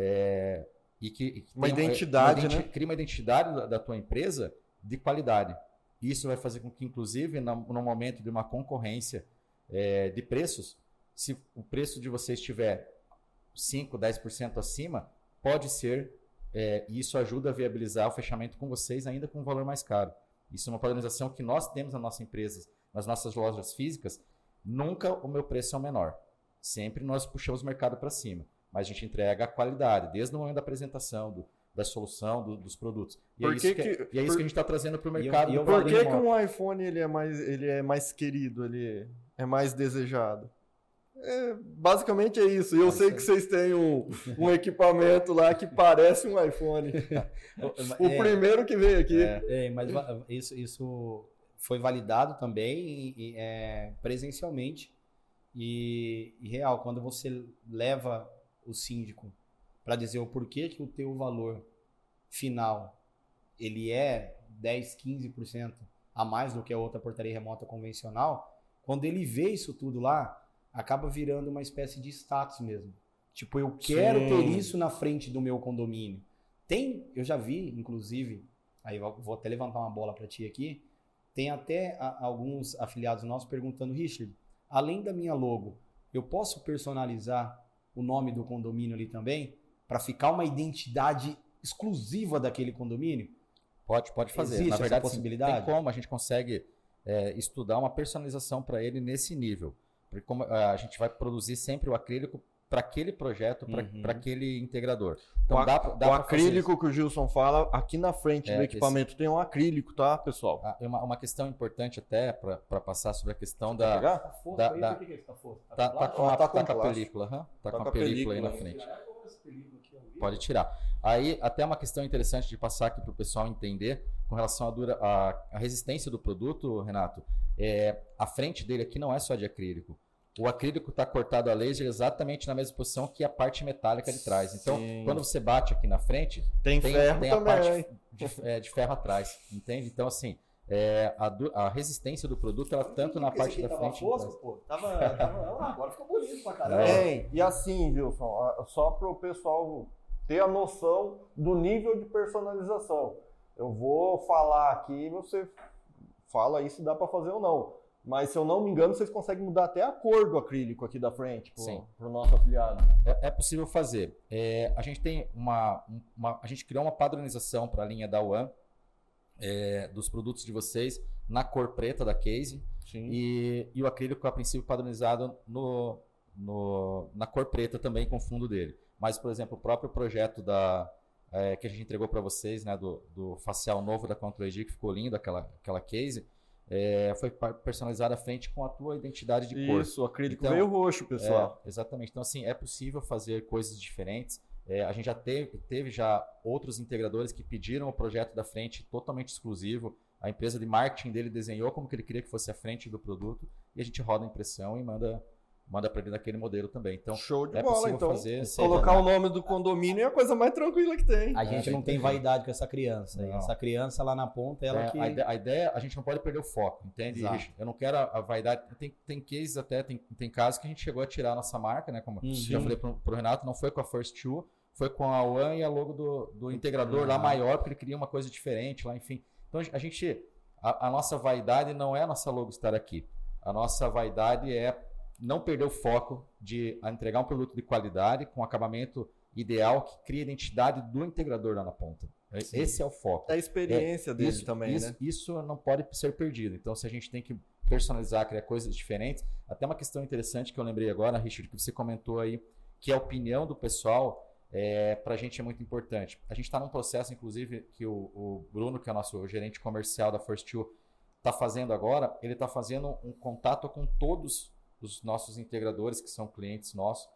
S3: é, e que, e que
S2: uma identidade,
S3: uma identi-
S2: né?
S3: Cria uma identidade da, da tua empresa de qualidade. Isso vai fazer com que, inclusive, no, no momento de uma concorrência é, de preços, se o preço de você estiver cinco, dez por cento acima, pode ser, é, e isso ajuda a viabilizar o fechamento com vocês ainda com um valor mais caro. Isso é uma padronização que nós temos na nossa empresa, nas nossas lojas físicas. Nunca o meu preço é o menor. Sempre nós puxamos o mercado para cima. Mas a gente entrega a qualidade, desde o momento da apresentação, do, da solução, do, dos produtos. E
S2: por
S3: é isso que, que,
S2: que,
S3: e é isso
S2: por,
S3: que a gente está trazendo para o mercado.
S2: E eu, e eu por que, que um iPhone ele é, mais, ele é mais querido, ele é mais desejado? É, basicamente é isso. E eu é sei que vocês têm um, um equipamento lá que parece um iPhone. o é, primeiro que veio aqui.
S1: É, é, mas isso, isso foi validado também e, é, presencialmente e, e real. Quando você leva o síndico para dizer o porquê que o teu valor final ele é dez, quinze por cento a mais do que a outra portaria remota convencional, quando ele vê isso tudo lá, acaba virando uma espécie de status mesmo. Tipo, eu quero Sim. ter isso na frente do meu condomínio. Tem, eu já vi, inclusive, aí vou até levantar uma bola para ti aqui, tem até a, alguns afiliados nossos perguntando, Richard, além da minha logo, eu posso personalizar o nome do condomínio ali também, para ficar uma identidade exclusiva daquele condomínio?
S3: Pode, pode fazer.
S1: Existe
S3: Na verdade,
S1: essa possibilidade?
S3: Sim, tem como, a gente consegue é, estudar uma personalização para ele nesse nível. Porque como a gente vai produzir sempre o acrílico para aquele projeto, para
S1: Uhum.
S3: aquele integrador. Então,
S2: o
S3: dá, dá
S2: o
S3: pra
S2: acrílico que o Gilson fala, aqui na frente
S3: É,
S2: do equipamento tem um acrílico, tá, pessoal?
S3: Ah, uma, uma questão importante até para passar sobre a questão
S2: Quer
S3: da...
S2: pegar?
S1: Tá fofo
S3: Da-
S1: aí,
S3: da-
S1: por que que esse tá fofo? Tá
S3: Tá,
S1: com
S3: tá
S1: plástico?
S3: com a,
S2: Ah, tá com
S3: tá com a
S2: plástico.
S3: película, aham. Tá,
S2: Tá
S3: com
S2: com
S3: a
S2: a
S3: película aí
S2: película.
S3: na frente.
S1: Tirar essa película aqui ao vivo?
S3: Pode tirar. Aí, até uma questão interessante de passar aqui para o pessoal entender com relação à dura, a, a resistência do produto, Renato. É, a frente dele aqui não é só de acrílico. O acrílico está cortado a laser exatamente na mesma posição que a parte metálica de trás. Então,
S2: Sim.
S3: quando você bate aqui na frente,
S2: Tem,
S3: tem,
S2: ferro
S3: tem a
S2: também.
S3: parte de, é, de ferro atrás, entende? Então, assim, é, a, du- a resistência do produto, ela tanto na
S1: Esse
S3: parte
S1: aqui
S3: da
S1: tava
S3: frente... e
S1: fosco,
S3: trás.
S1: pô. Tava, tava... Ah, agora ficou bonito pra caramba.
S2: Tem. E assim, Gilson, a- só para o pessoal ter a noção do nível de personalização. Eu vou falar aqui, você fala aí se dá para fazer ou não. Mas, se eu não me engano, vocês conseguem mudar até a cor do acrílico aqui da frente
S3: Sim.
S2: para o nosso afiliado.
S3: É, é possível fazer. É, a gente tem uma, uma- a gente criou uma padronização para a linha da One, é, dos produtos de vocês na cor preta da case
S2: Sim.
S3: e, e o acrílico a princípio padronizado no, no, na cor preta também com o fundo dele. Mas, por exemplo, o próprio projeto da, é, que a gente entregou para vocês, né, do, do facial novo da Control I G, que ficou lindo, aquela, aquela case, é, foi pa- personalizada à frente com a tua identidade de cor.
S2: Isso, o acrílico
S3: Então,
S2: veio roxo, pessoal.
S3: É, exatamente. Então, assim, é possível fazer coisas diferentes. É, a gente já teve, teve já outros integradores que pediram o projeto da frente totalmente exclusivo. A empresa de marketing dele desenhou como que ele queria que fosse a frente do produto e a gente roda a impressão e manda, manda para ele daquele modelo também. Então,
S2: Show de
S3: é
S2: bola,
S3: possível
S2: então.
S3: fazer,
S2: Colocar
S3: seja,
S2: o nome do condomínio é a coisa mais tranquila que tem.
S1: A gente
S3: É,
S1: não tem vaidade com essa criança. aí.
S3: Não.
S1: Essa criança lá na ponta, ela
S3: É,
S1: que...
S3: a, ideia, a ideia, a gente não pode perder o foco, entende,
S1: Exato.
S3: Richard? Eu não quero a, a vaidade. Tem, tem cases até, tem, tem casos que a gente chegou a tirar a nossa marca, né? Como
S1: Uhum.
S3: já falei pro, pro Renato, não foi com a First Two, foi com a One e a logo do, do integrador lá
S1: Ah.
S3: maior, porque ele queria uma coisa diferente lá, enfim. Então a gente, a, a nossa vaidade não é a nossa logo estar aqui. A nossa vaidade é não perder o foco de entregar um produto de qualidade, com acabamento ideal, que cria a identidade do integrador lá na ponta.
S1: Sim.
S3: Esse é o foco.
S2: É a experiência dele
S3: Isso,
S2: também,
S3: isso,
S2: né?
S3: isso não pode ser perdido. Então, se a gente tem que personalizar, criar coisas diferentes, até uma questão interessante que eu lembrei agora, Richard, que você comentou aí, que a opinião do pessoal é, para a gente é muito importante. A gente está num processo, inclusive, que o, o Bruno, que é o nosso gerente comercial da First Two, está fazendo agora. Ele está fazendo um contato com todos os nossos integradores, que são clientes nossos,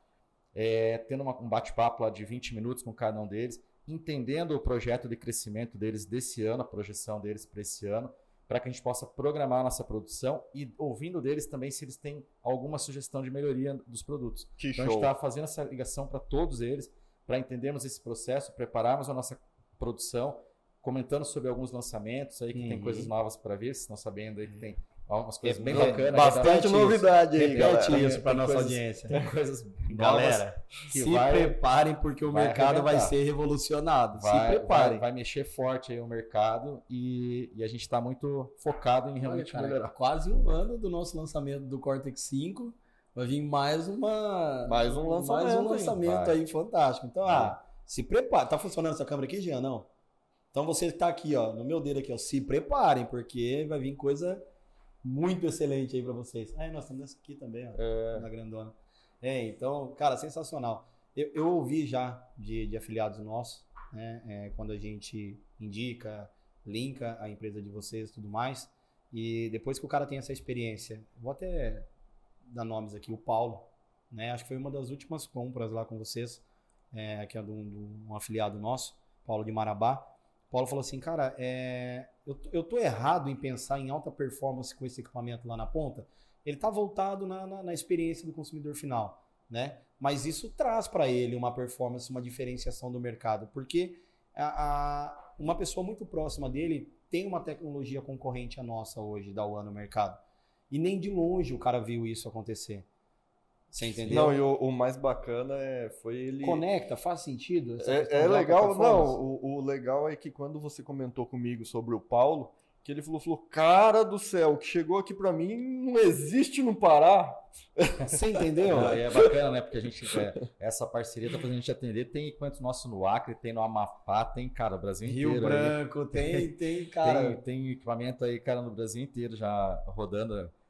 S3: é, tendo uma, um bate-papo lá de vinte minutos com cada um deles, entendendo o projeto de crescimento deles desse ano, a projeção deles para esse ano, para que a gente possa programar a nossa produção e ouvindo deles também se eles têm alguma sugestão de melhoria dos produtos.
S2: Que
S3: Então a gente está fazendo essa ligação para todos eles, para entendermos esse processo, prepararmos a nossa produção, comentando sobre alguns lançamentos aí que tem
S1: Uhum.
S3: coisas novas para ver, vocês estão sabendo aí que tem algumas coisas bem
S1: É,
S3: bacanas.
S2: Bastante
S1: isso.
S2: novidade aí,
S1: Repete
S2: galera.
S1: isso para
S3: Tem
S1: nossa
S3: coisas-
S1: audiência.
S3: Tem coisas novas
S1: Galera,
S3: que
S1: se
S3: vai-
S1: preparem porque o
S3: vai
S1: mercado vai
S3: arrebentar.
S1: ser revolucionado.
S3: vai,
S1: se
S3: vai,
S1: preparem.
S3: vai mexer forte aí o mercado e, e a gente está muito focado em
S1: Olha,
S3: realmente
S1: cara,
S3: melhorar.
S1: quase um ano do nosso lançamento do Cortex cinco. Vai vir mais uma
S2: Mais um lançamento
S1: mais um
S2: aí.
S1: lançamento
S3: Vai.
S1: aí fantástico. Então, ah, se prepare. Tá funcionando essa câmera aqui, Jean? Não? Então você que tá aqui, ó, no meu dedo aqui, ó, se preparem, porque vai vir coisa muito excelente aí para vocês. Ah, nós temos essa aqui também, ó,
S2: É.
S1: na grandona. É, então, cara, sensacional. Eu, eu ouvi já de, de afiliados nossos, né, é, quando a gente indica, linka a empresa de vocês e tudo mais, e depois que o cara tem essa experiência, vou até dar nomes aqui, o Paulo, né, acho que foi uma das últimas compras lá com vocês, é, que é de um, de um afiliado nosso, Paulo de Marabá. Paulo falou assim, cara, é, eu, tô- eu tô errado em pensar em alta performance com esse equipamento lá na ponta? Ele tá voltado na, na, na experiência do consumidor final, né? Mas isso traz para ele uma performance, uma diferenciação do mercado, porque a, a- uma pessoa muito próxima dele tem uma tecnologia concorrente à nossa hoje, da One no mercado. E nem de longe o cara viu isso acontecer. Você entendeu?
S2: Não, e o, o mais bacana é, foi ele...
S1: Conecta, faz sentido? essa
S2: É,
S1: questão
S2: é
S1: de alta
S2: legal,
S1: performance?
S2: não, o, o legal é que quando você comentou comigo sobre o Paulo, que ele falou, falou, cara do céu, o que chegou aqui pra mim não existe no Pará.
S1: Você entendeu?
S3: É, é bacana, né? Porque a gente, é, essa parceria tá fazendo a gente atender. Tem equipamentos nossos no Acre, tem no Amapá, tem, cara, o Brasil
S1: Rio
S3: inteiro. aí.
S1: Branco, tem, tem, cara.
S3: Tem, tem equipamento aí, cara, no Brasil inteiro já rodando.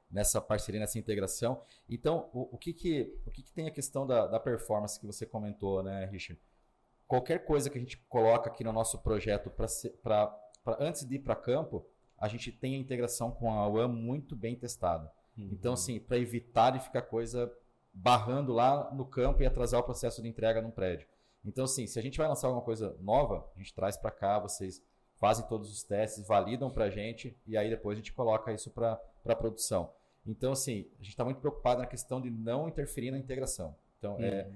S3: nessa parceria, nessa integração. Então, o, o, que, que, o que, que tem a questão da, da performance que você comentou, né, Richard? Qualquer coisa que a gente coloca aqui no nosso projeto para antes de ir para campo, a gente tem a integração com a U A M muito bem testada. Uhum. Então, assim, para evitar de ficar coisa barrando lá no campo e atrasar o processo de entrega num prédio. Então, assim, se a gente vai lançar alguma coisa nova, a gente traz para cá, vocês fazem todos os testes, validam para a gente e aí depois a gente coloca isso para a produção. Então, assim, a gente está muito preocupado na questão de não interferir na integração. Então, uhum. é,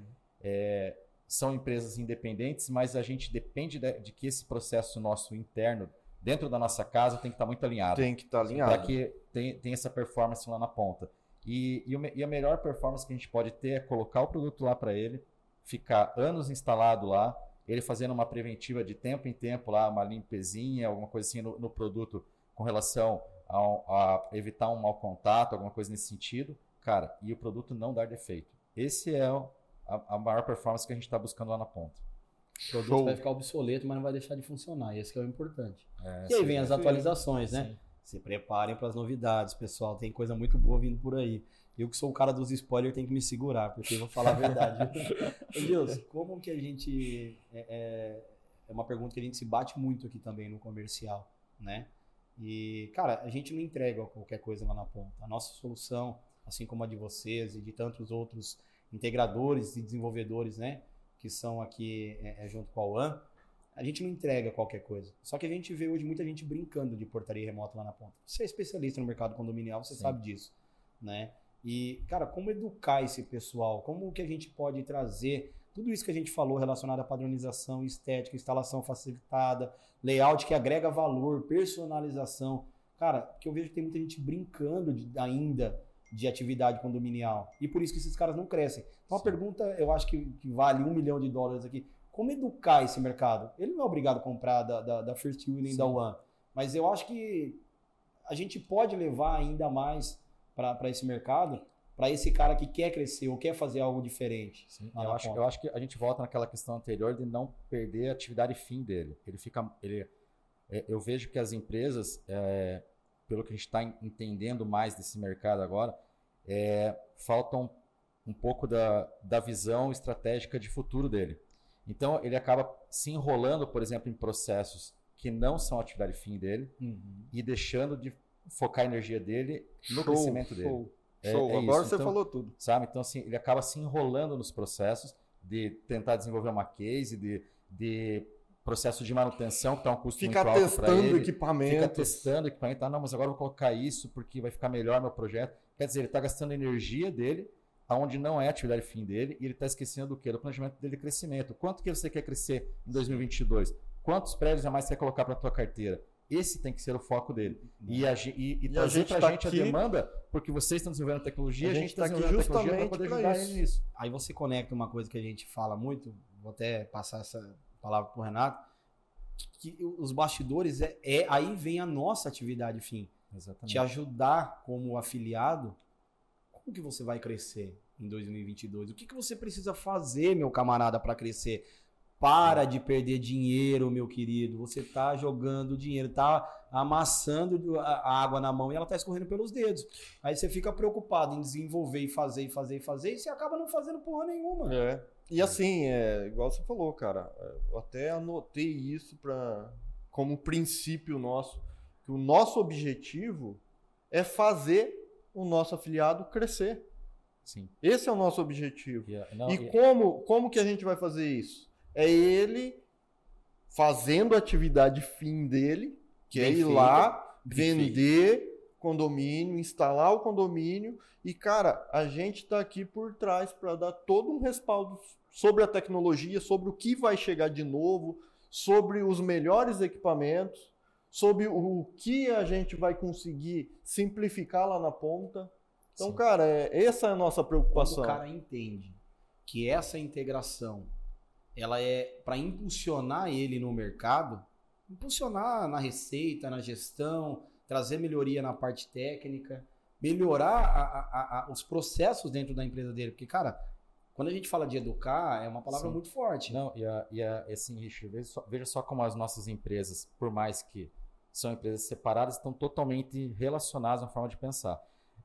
S3: é, são empresas independentes, mas a gente depende de, de que esse processo nosso interno, dentro da nossa casa, tem que estar muito alinhado.
S2: Tem que estar alinhado.
S3: Para que tenha, tenha essa performance lá na ponta. E, e, o, e a melhor performance que a gente pode ter é colocar o produto lá para ele, ficar anos instalado lá, ele fazendo uma preventiva de tempo em tempo lá, uma limpezinha, alguma coisa assim no, no produto com relação a, a evitar um mau contato, alguma coisa nesse sentido, cara, e o produto não dar defeito. Esse é o, a, a maior performance que a gente está buscando lá na ponta.
S1: O produto Show. Vai ficar obsoleto, mas não vai deixar de funcionar, e esse que é o importante. É,
S3: e
S1: aí vem as atualizações, sim. né? Se preparem para as novidades, pessoal, tem coisa muito boa vindo por aí. Eu que sou o cara dos spoilers tenho que me segurar, porque eu vou falar a verdade. Deus, como que a gente... É, é, é uma pergunta que a gente se bate muito aqui também no comercial, né? E, cara, a gente não entrega qualquer coisa lá na ponta. A nossa solução, assim como a de vocês e de tantos outros integradores e desenvolvedores, né? Que são aqui é, é, junto com a U A M, a gente não entrega qualquer coisa. Só que a gente vê hoje muita gente brincando de portaria remota lá na ponta. Você é especialista no mercado condominial, você Sim. sabe disso, né? E, cara, como educar esse pessoal? Como que a gente pode trazer tudo isso que a gente falou relacionado à padronização, estética, instalação facilitada, layout que agrega valor, personalização. Cara, que eu vejo que tem muita gente brincando de, ainda de atividade condominial. E por isso que esses caras não crescem. Então, Sim. a pergunta, eu acho que, que vale um milhão de dólares aqui. Como educar esse mercado? Ele não é obrigado a comprar da, da, da First Wheel nem Sim. da U A M. Mas eu acho que a gente pode levar ainda mais para esse mercado, para esse cara que quer crescer ou quer fazer algo diferente.
S3: Sim, eu, acho, eu acho que a gente volta naquela questão anterior de não perder a atividade fim dele. Ele fica, ele, é, eu vejo que as empresas, é, pelo que a gente está entendendo mais desse mercado agora, é, faltam um pouco da, da visão estratégica de futuro dele. Então, ele acaba se enrolando, por exemplo, em processos que não são a atividade fim dele uhum. e deixando de focar a energia dele no show,
S2: show.
S3: crescimento dele. É,
S2: show,
S3: é
S2: agora
S3: isso.
S2: você
S3: então,
S2: falou tudo.
S3: Sabe? Então, assim, ele acaba se enrolando nos processos de tentar desenvolver uma case, de, de processo de manutenção, que está um custo
S2: fica
S3: muito alto para ele.
S2: Fica testando equipamento.
S3: Fica testando equipamento. Ah, não, mas agora eu vou colocar isso porque vai ficar melhor meu projeto. Quer dizer, ele está gastando energia dele aonde não é a atividade fim dele e ele está esquecendo do quê? Do planejamento dele de crescimento. Quanto que você quer crescer em dois mil e vinte e dois? Quantos prédios a mais você quer colocar para a tua carteira? Esse tem que ser o foco dele. E, a, e, e, e trazer para a gente, tá gente a demanda, porque vocês estão desenvolvendo tecnologia, a gente está desenvolvendo tecnologia para poder ajudar ele nisso.
S1: Aí você conecta uma coisa que a gente fala muito, vou até passar essa palavra para o Renato, que, que os bastidores, é, é aí vem a nossa atividade fim.
S3: Exatamente.
S1: Te ajudar como afiliado, como que você vai crescer em dois mil e vinte e dois? O que, que você precisa fazer, meu camarada, para crescer? Para de perder dinheiro, meu querido. Você tá jogando dinheiro, tá amassando a água na mão e ela tá escorrendo pelos dedos. Aí você fica preocupado em desenvolver e fazer, e fazer, e fazer, e você acaba não fazendo porra nenhuma.
S2: É. E assim, é, igual você falou, cara, eu até anotei isso pra, como princípio nosso, que o nosso objetivo é fazer o nosso afiliado crescer.
S3: Sim.
S2: Esse é o nosso objetivo.
S3: Yeah. Não,
S2: e
S3: yeah.
S2: como, como que a gente vai fazer isso? É ele fazendo a atividade fim dele, que Bem é ir feito. lá, Bem vender feito. condomínio, instalar o condomínio. E, cara, a gente está aqui por trás para dar todo um respaldo sobre a tecnologia, sobre o que vai chegar de novo, sobre os melhores equipamentos, sobre o que a gente vai conseguir simplificar lá na ponta. Então, Sim. cara, é, essa é a nossa preocupação.
S1: Quando o cara entende que essa integração ela é para impulsionar ele no mercado, impulsionar na receita, na gestão, trazer melhoria na parte técnica, melhorar a, a, a, os processos dentro da empresa dele. Porque, cara, quando a gente fala de educar, é uma palavra Sim. muito forte.
S3: Não, e, a, e a, assim, Richard, veja só, veja só como as nossas empresas, por mais que são empresas separadas, estão totalmente relacionadas na forma de pensar.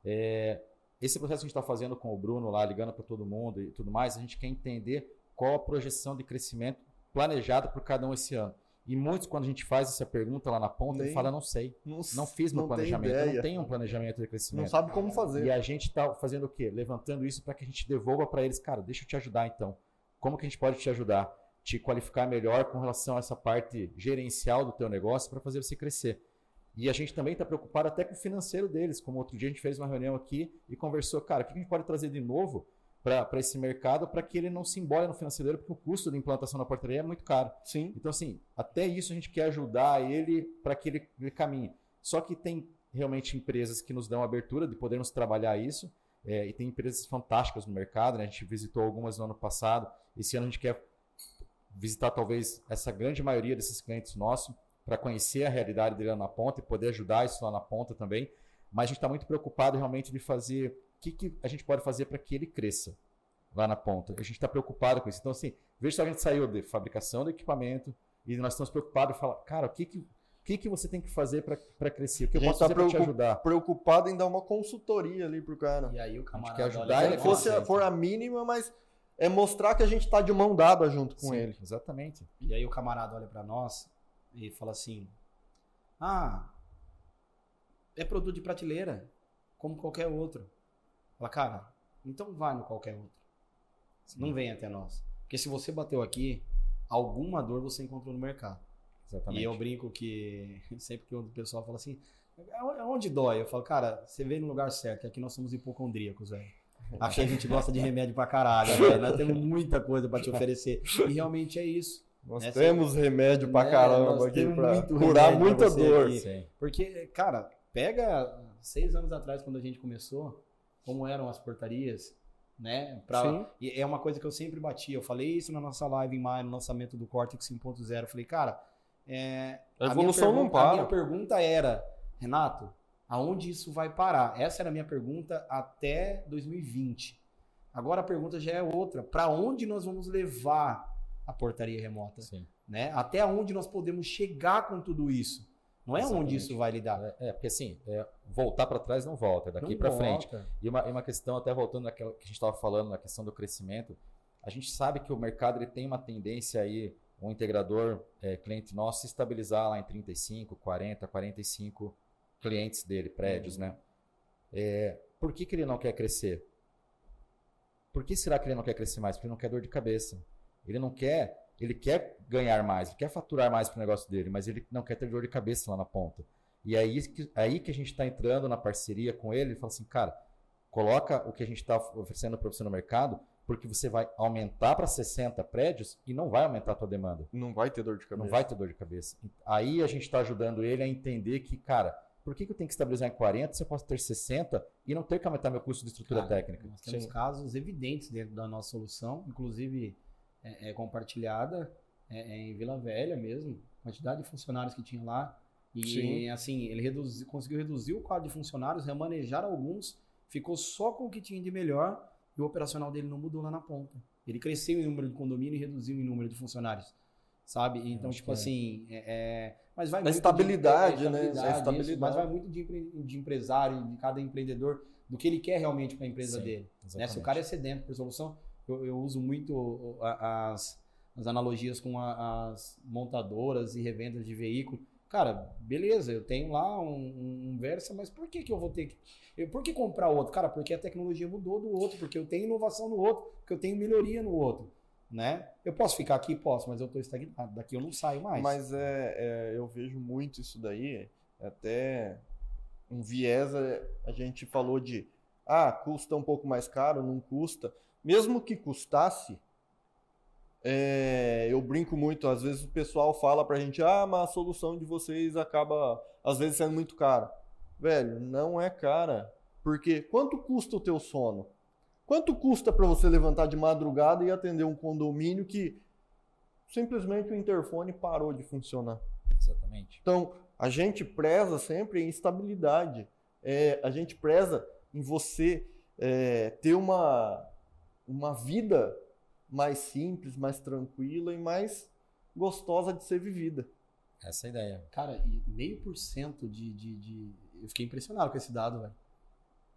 S3: É, esse processo que a gente está fazendo com o Bruno lá, ligando para todo mundo e tudo mais, a gente quer entender qual a projeção de crescimento planejada por cada um esse ano. E muitos, quando a gente faz essa pergunta lá na ponta, ele fala, não sei, não, não fiz meu não planejamento, eu não tenho um planejamento de crescimento.
S2: Não sabe como fazer.
S3: E a gente está fazendo o quê? Levantando isso para que a gente devolva para eles, cara, deixa eu te ajudar então. Como que a gente pode te ajudar? Te qualificar melhor com relação a essa parte gerencial do teu negócio para fazer você crescer. E a gente também está preocupado até com o financeiro deles, como outro dia a gente fez uma reunião aqui e conversou, cara, o que a gente pode trazer de novo para esse mercado para que ele não se embole no financeiro, porque o custo de implantação da portaria é muito caro.
S2: Sim.
S3: Então, assim, até isso a gente quer ajudar ele para que ele, ele caminhe. Só que tem realmente empresas que nos dão abertura de podermos trabalhar isso, é, e tem empresas fantásticas no mercado, né? A gente visitou algumas no ano passado, esse ano a gente quer visitar talvez essa grande maioria desses clientes nossos para conhecer a realidade dele lá na ponta e poder ajudar isso lá na ponta também, mas a gente está muito preocupado realmente de fazer o que, que a gente pode fazer para que ele cresça lá na ponta. A gente está preocupado com isso. Então, assim, veja se a gente saiu de fabricação do equipamento e nós estamos preocupados em falar, cara, o que, que, o que, que você tem que fazer para crescer? O que eu posso fazer para te ajudar?
S2: Preocupado em dar uma consultoria ali pro cara.
S1: E aí o camarada
S3: quer ajudar ele.
S2: Se fosse, for a mínima, mas é mostrar que a gente está de mão dada junto com
S3: Sim,
S2: ele.
S3: Exatamente.
S1: E aí o camarada olha para nós e fala assim, ah, é produto de prateleira, como qualquer outro. Fala, cara, então vai no qualquer outro. Sim. Não vem até nós. Porque se você bateu aqui, alguma dor você encontrou no mercado.
S3: Exatamente.
S1: E eu brinco que sempre que o pessoal fala assim, onde dói? Eu falo, cara, você veio no lugar certo, que aqui nós somos hipocondríacos, velho. Aqui a gente gosta de remédio pra caralho, velho. Nós temos muita coisa pra te oferecer. E realmente é isso.
S2: Nós
S1: né?
S2: temos Você... remédio pra caramba
S1: é,
S2: aqui pra curar muita dor.
S1: Porque, cara, pega seis anos atrás, quando a gente começou, como eram as portarias, né? Pra, e é uma coisa que eu sempre bati. Eu falei isso na nossa live em maio, no lançamento do Cortex cinco ponto zero. Eu falei, cara, é,
S2: a evolução a não para.
S1: A minha pergunta era, Renato, aonde isso vai parar? Essa era a minha pergunta até dois mil e vinte. Agora a pergunta já é outra. Para onde nós vamos levar a portaria remota?
S3: Sim.
S1: Né? Até onde nós podemos chegar com tudo isso? Não é
S3: Exatamente.
S1: Onde isso vai lidar.
S3: É, é porque assim, é, voltar para trás não volta, é daqui para frente. E uma, uma questão, até voltando naquela que a gente estava falando, na questão do crescimento, a gente sabe que o mercado ele tem uma tendência aí, um integrador é, cliente nosso, se estabilizar lá em trinta e cinco, quarenta, quarenta e cinco clientes dele, prédios, uhum. né? É, por que, que ele não quer crescer? Por que será que ele não quer crescer mais? Porque ele não quer dor de cabeça. Ele não quer... Ele quer ganhar mais, ele quer faturar mais para o negócio dele, mas ele não quer ter dor de cabeça lá na ponta. E é aí que, aí que a gente está entrando na parceria com ele e fala assim, cara, coloca o que a gente está oferecendo para você no mercado, porque você vai aumentar para sessenta prédios e não vai aumentar a tua demanda.
S2: Não vai ter dor de cabeça.
S3: Não vai ter dor de cabeça. Aí a gente está ajudando ele a entender que, cara, por que, que eu tenho que estabilizar em quarenta se eu posso ter sessenta e não ter que aumentar meu custo de estrutura
S1: cara,
S3: técnica?
S1: Nós temos Sim. casos evidentes dentro da nossa solução, inclusive... É, é compartilhada é, é em Vila Velha mesmo, quantidade de funcionários que tinha lá e Sim. assim, ele reduzi, conseguiu reduzir o quadro de funcionários, remanejar alguns, ficou só com o que tinha de melhor e o operacional dele não mudou lá na ponta. Ele cresceu em número de condomínio e reduziu em número de funcionários, sabe? Então, tipo é. assim, é, é, mas vai
S2: a
S1: muito
S2: estabilidade,
S1: de, é,
S2: né?
S1: Estabilidade,
S2: a estabilidade.
S1: Isso, mas vai muito de, empre, de empresário, de cada empreendedor, do que ele quer realmente para a empresa Sim, dele. Né? Se o cara é sedento por solução, Eu, eu uso muito as, as analogias com a, as montadoras e revendas de veículo. Cara, beleza, eu tenho lá um, um Versa, mas por que, que eu vou ter que... Eu, por que comprar outro? Cara, porque a tecnologia mudou do outro, porque eu tenho inovação no outro, porque eu tenho melhoria no outro. Né? Eu posso ficar aqui? Posso, mas eu estou estagnado. Daqui eu não saio mais.
S2: Mas é, é, eu vejo muito isso daí, até um viés, a gente falou de, ah, custa um pouco mais caro, não custa... Mesmo que custasse, é, eu brinco muito, às vezes o pessoal fala pra gente, ah, mas a solução de vocês acaba, às vezes, sendo muito cara. Velho, não é cara, porque quanto custa o teu sono? Quanto custa pra você levantar de madrugada e atender um condomínio que simplesmente o interfone parou de funcionar?
S3: Exatamente.
S2: Então, a gente preza sempre em estabilidade, é, a gente preza em você é, ter uma... uma vida mais simples, mais tranquila e mais gostosa de ser vivida.
S3: Essa é a ideia.
S1: Cara, e meio por cento de, de, de... Eu fiquei impressionado com esse dado, velho.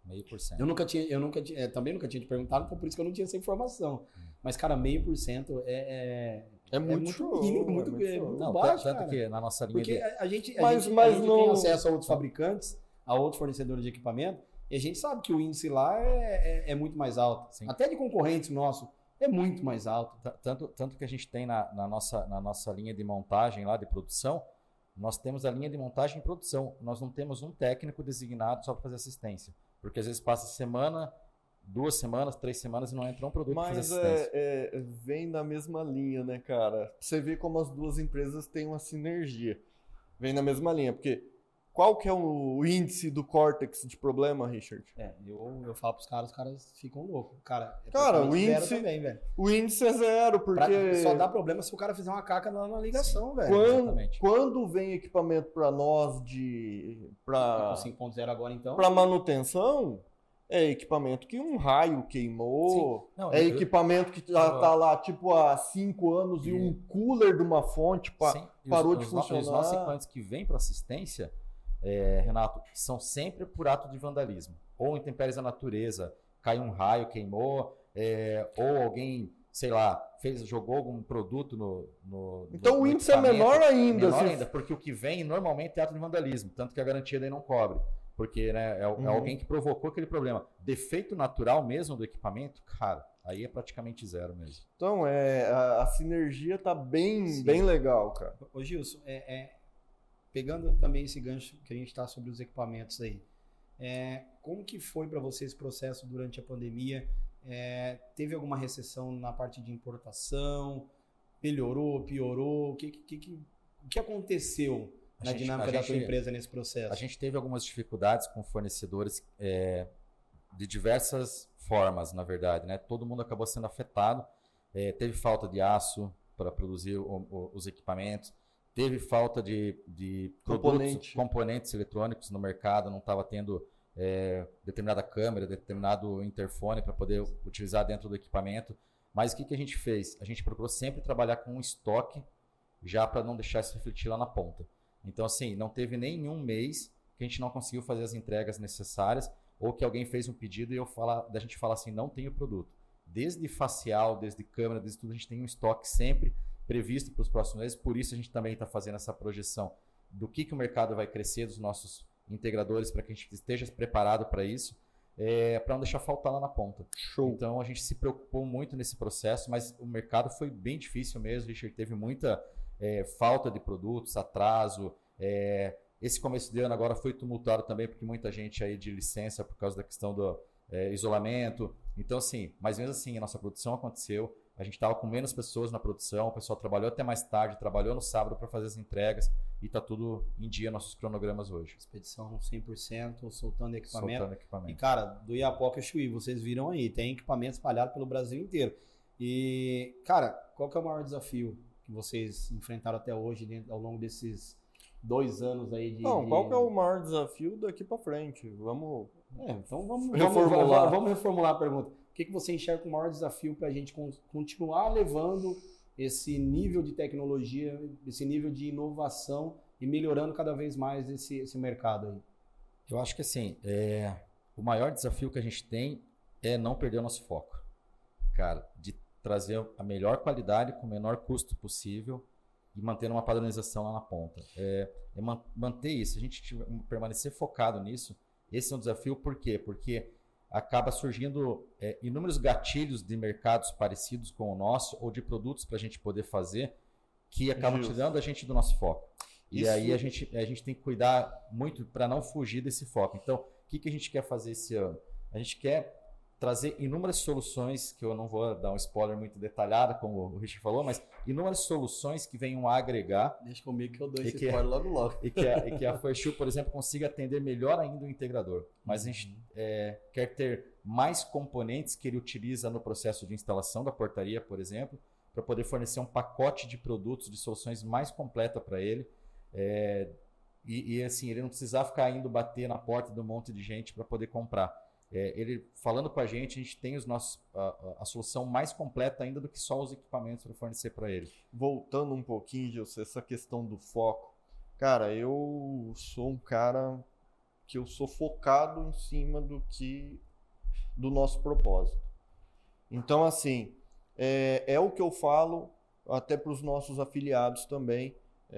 S3: Meio por cento.
S1: Eu nunca tinha, eu nunca tinha, é, também nunca tinha te perguntado, então por isso que eu não tinha essa informação. Hum. Mas, cara, meio por cento é, é,
S2: é muito,
S1: é muito mínimo, muito, é muito, é muito
S3: não,
S1: baixo,
S3: tanto
S1: cara.
S3: que na nossa linha
S1: Porque
S3: de...
S1: a, a gente, a
S2: mas,
S1: gente,
S2: mas
S1: a gente
S2: não...
S1: tem acesso a outros fabricantes, a outros fornecedores de equipamento, e a gente sabe que o índice lá é, é, é muito mais alto. Sim. Até de concorrentes nossos é muito mais alto.
S3: Tanto, tanto que a gente tem na, na, nossa, na nossa linha de montagem lá de produção, nós temos a linha de montagem e produção. Nós não temos um técnico designado só para fazer assistência. Porque às vezes passa semana, duas semanas, três semanas e não entra um produto para fazer assistência.
S2: Mas é, é, vem na mesma linha, né, cara? Você vê como as duas empresas têm uma sinergia. Vem na mesma linha, porque qual que é o índice do Cortex de problema, Richard?
S1: É, eu, eu falo pros caras, os caras ficam loucos. Cara, é
S2: cara o índice
S1: também, velho.
S2: O índice é zero, porque...
S1: Pra, só dá problema se o cara fizer uma caca na, na ligação, velho.
S2: Quando, quando vem equipamento para nós de... Pra,
S1: cinco ponto zero agora, então?
S2: Para manutenção... É equipamento que um raio queimou, não, é eu, equipamento que já eu, tá lá tipo há cinco anos e, e um cooler de uma fonte pa, sim, parou
S3: os,
S2: de
S3: os,
S2: funcionar.
S3: Os nossos equipamentos que vêm para assistência, é, Renato, são sempre por ato de vandalismo. Ou intempéries da natureza, caiu um raio, queimou, é, ou alguém, sei lá, fez, jogou algum produto no, no
S2: Então
S3: no,
S2: o índice é menor ainda.
S3: Menor ainda, porque o que vem normalmente é ato de vandalismo, tanto que a garantia daí não cobre. Porque né, é, uhum. é alguém que provocou aquele problema. Defeito natural mesmo do equipamento, cara, aí é praticamente zero mesmo.
S2: Então, é, a, a sinergia tá bem, bem legal, cara.
S1: Ô Gilson, é, é, pegando também esse gancho que a gente está sobre os equipamentos aí, é, como que foi para você esse processo durante a pandemia? É, teve alguma recessão na parte de importação? Melhorou, piorou? O que, que, que, o que aconteceu na gente, dinâmica da gente, tua empresa nesse processo?
S3: A gente teve algumas dificuldades com fornecedores é, de diversas formas, na verdade, né? Todo mundo acabou sendo afetado. É, teve falta de aço para produzir o, o, os equipamentos, teve falta de, de
S2: Componente.
S3: produtos, componentes eletrônicos no mercado, não estava tendo é, determinada câmera, determinado interfone para poder utilizar dentro do equipamento. Mas o que, que a gente fez? A gente procurou sempre trabalhar com um estoque já para não deixar isso refletir lá na ponta. Então, assim, não teve nenhum mês que a gente não conseguiu fazer as entregas necessárias ou que alguém fez um pedido e eu fala, da gente falar assim, não tem o produto. Desde facial, desde câmera, desde tudo, a gente tem um estoque sempre previsto para os próximos meses. Por isso, a gente também está fazendo essa projeção do que, que o mercado vai crescer, dos nossos integradores, para que a gente esteja preparado para isso, é, para não deixar faltar lá na ponta.
S2: Show.
S3: Então, a gente se preocupou muito nesse processo, mas o mercado foi bem difícil mesmo, Richard. Teve muita... É, falta de produtos, atraso. É, esse começo de ano agora foi tumultuado também, porque muita gente aí de licença por causa da questão do é, isolamento. Então, assim, mas mesmo assim, a nossa produção aconteceu. A gente estava com menos pessoas na produção, o pessoal trabalhou até mais tarde, trabalhou no sábado para fazer as entregas e está tudo em dia, nossos cronogramas hoje.
S1: Expedição cem por cento, soltando equipamento.
S3: Soltando equipamento.
S1: E, cara, do Iapoca ao Chuí, vocês viram aí, tem equipamento espalhado pelo Brasil inteiro. E, cara, qual que é o maior desafio que vocês enfrentaram até hoje dentro, ao longo desses dois anos aí de...
S2: Não, qual que é o maior desafio daqui para frente? Vamos...
S1: É, então vamos
S2: reformular.
S1: Vamos, vamos reformular a pergunta. O que, que você enxerga como o maior desafio para a gente continuar levando esse nível de tecnologia, esse nível de inovação e melhorando cada vez mais esse, esse mercado aí?
S3: Eu acho que assim, é, o maior desafio que a gente tem é não perder o nosso foco. Cara, de trazer a melhor qualidade com o menor custo possível e manter uma padronização lá na ponta. É, é manter isso, a gente tiver, permanecer focado nisso, esse é um desafio. Por quê? Porque acaba surgindo é, inúmeros gatilhos de mercados parecidos com o nosso ou de produtos para a gente poder fazer que acabam Justo. tirando a gente do nosso foco. E isso... aí a gente, a gente tem que cuidar muito para não fugir desse foco. Então, o que, que a gente quer fazer esse ano? A gente quer trazer inúmeras soluções, que eu não vou dar um spoiler muito detalhado, como o Richard falou, mas inúmeras soluções que venham a agregar.
S1: Deixa comigo que eu dou esse
S3: que,
S1: spoiler logo logo.
S3: E que a, e que a Forshoe, por exemplo, consiga atender melhor ainda o integrador. Mas uhum. a gente é, quer ter mais componentes que ele utiliza no processo de instalação da portaria, por exemplo, para poder fornecer um pacote de produtos, de soluções mais completa para ele. É, e, e assim, ele não precisar ficar indo bater na porta de um monte de gente para poder comprar. É, ele falando com a gente, a gente tem os nossos, a, a solução mais completa ainda do que só os equipamentos para fornecer para ele.
S2: Voltando um pouquinho, Gilson, essa questão do foco. Cara, eu sou um cara que eu sou focado em cima do que do nosso propósito. Então, assim, é, é o que eu falo até para os nossos afiliados também.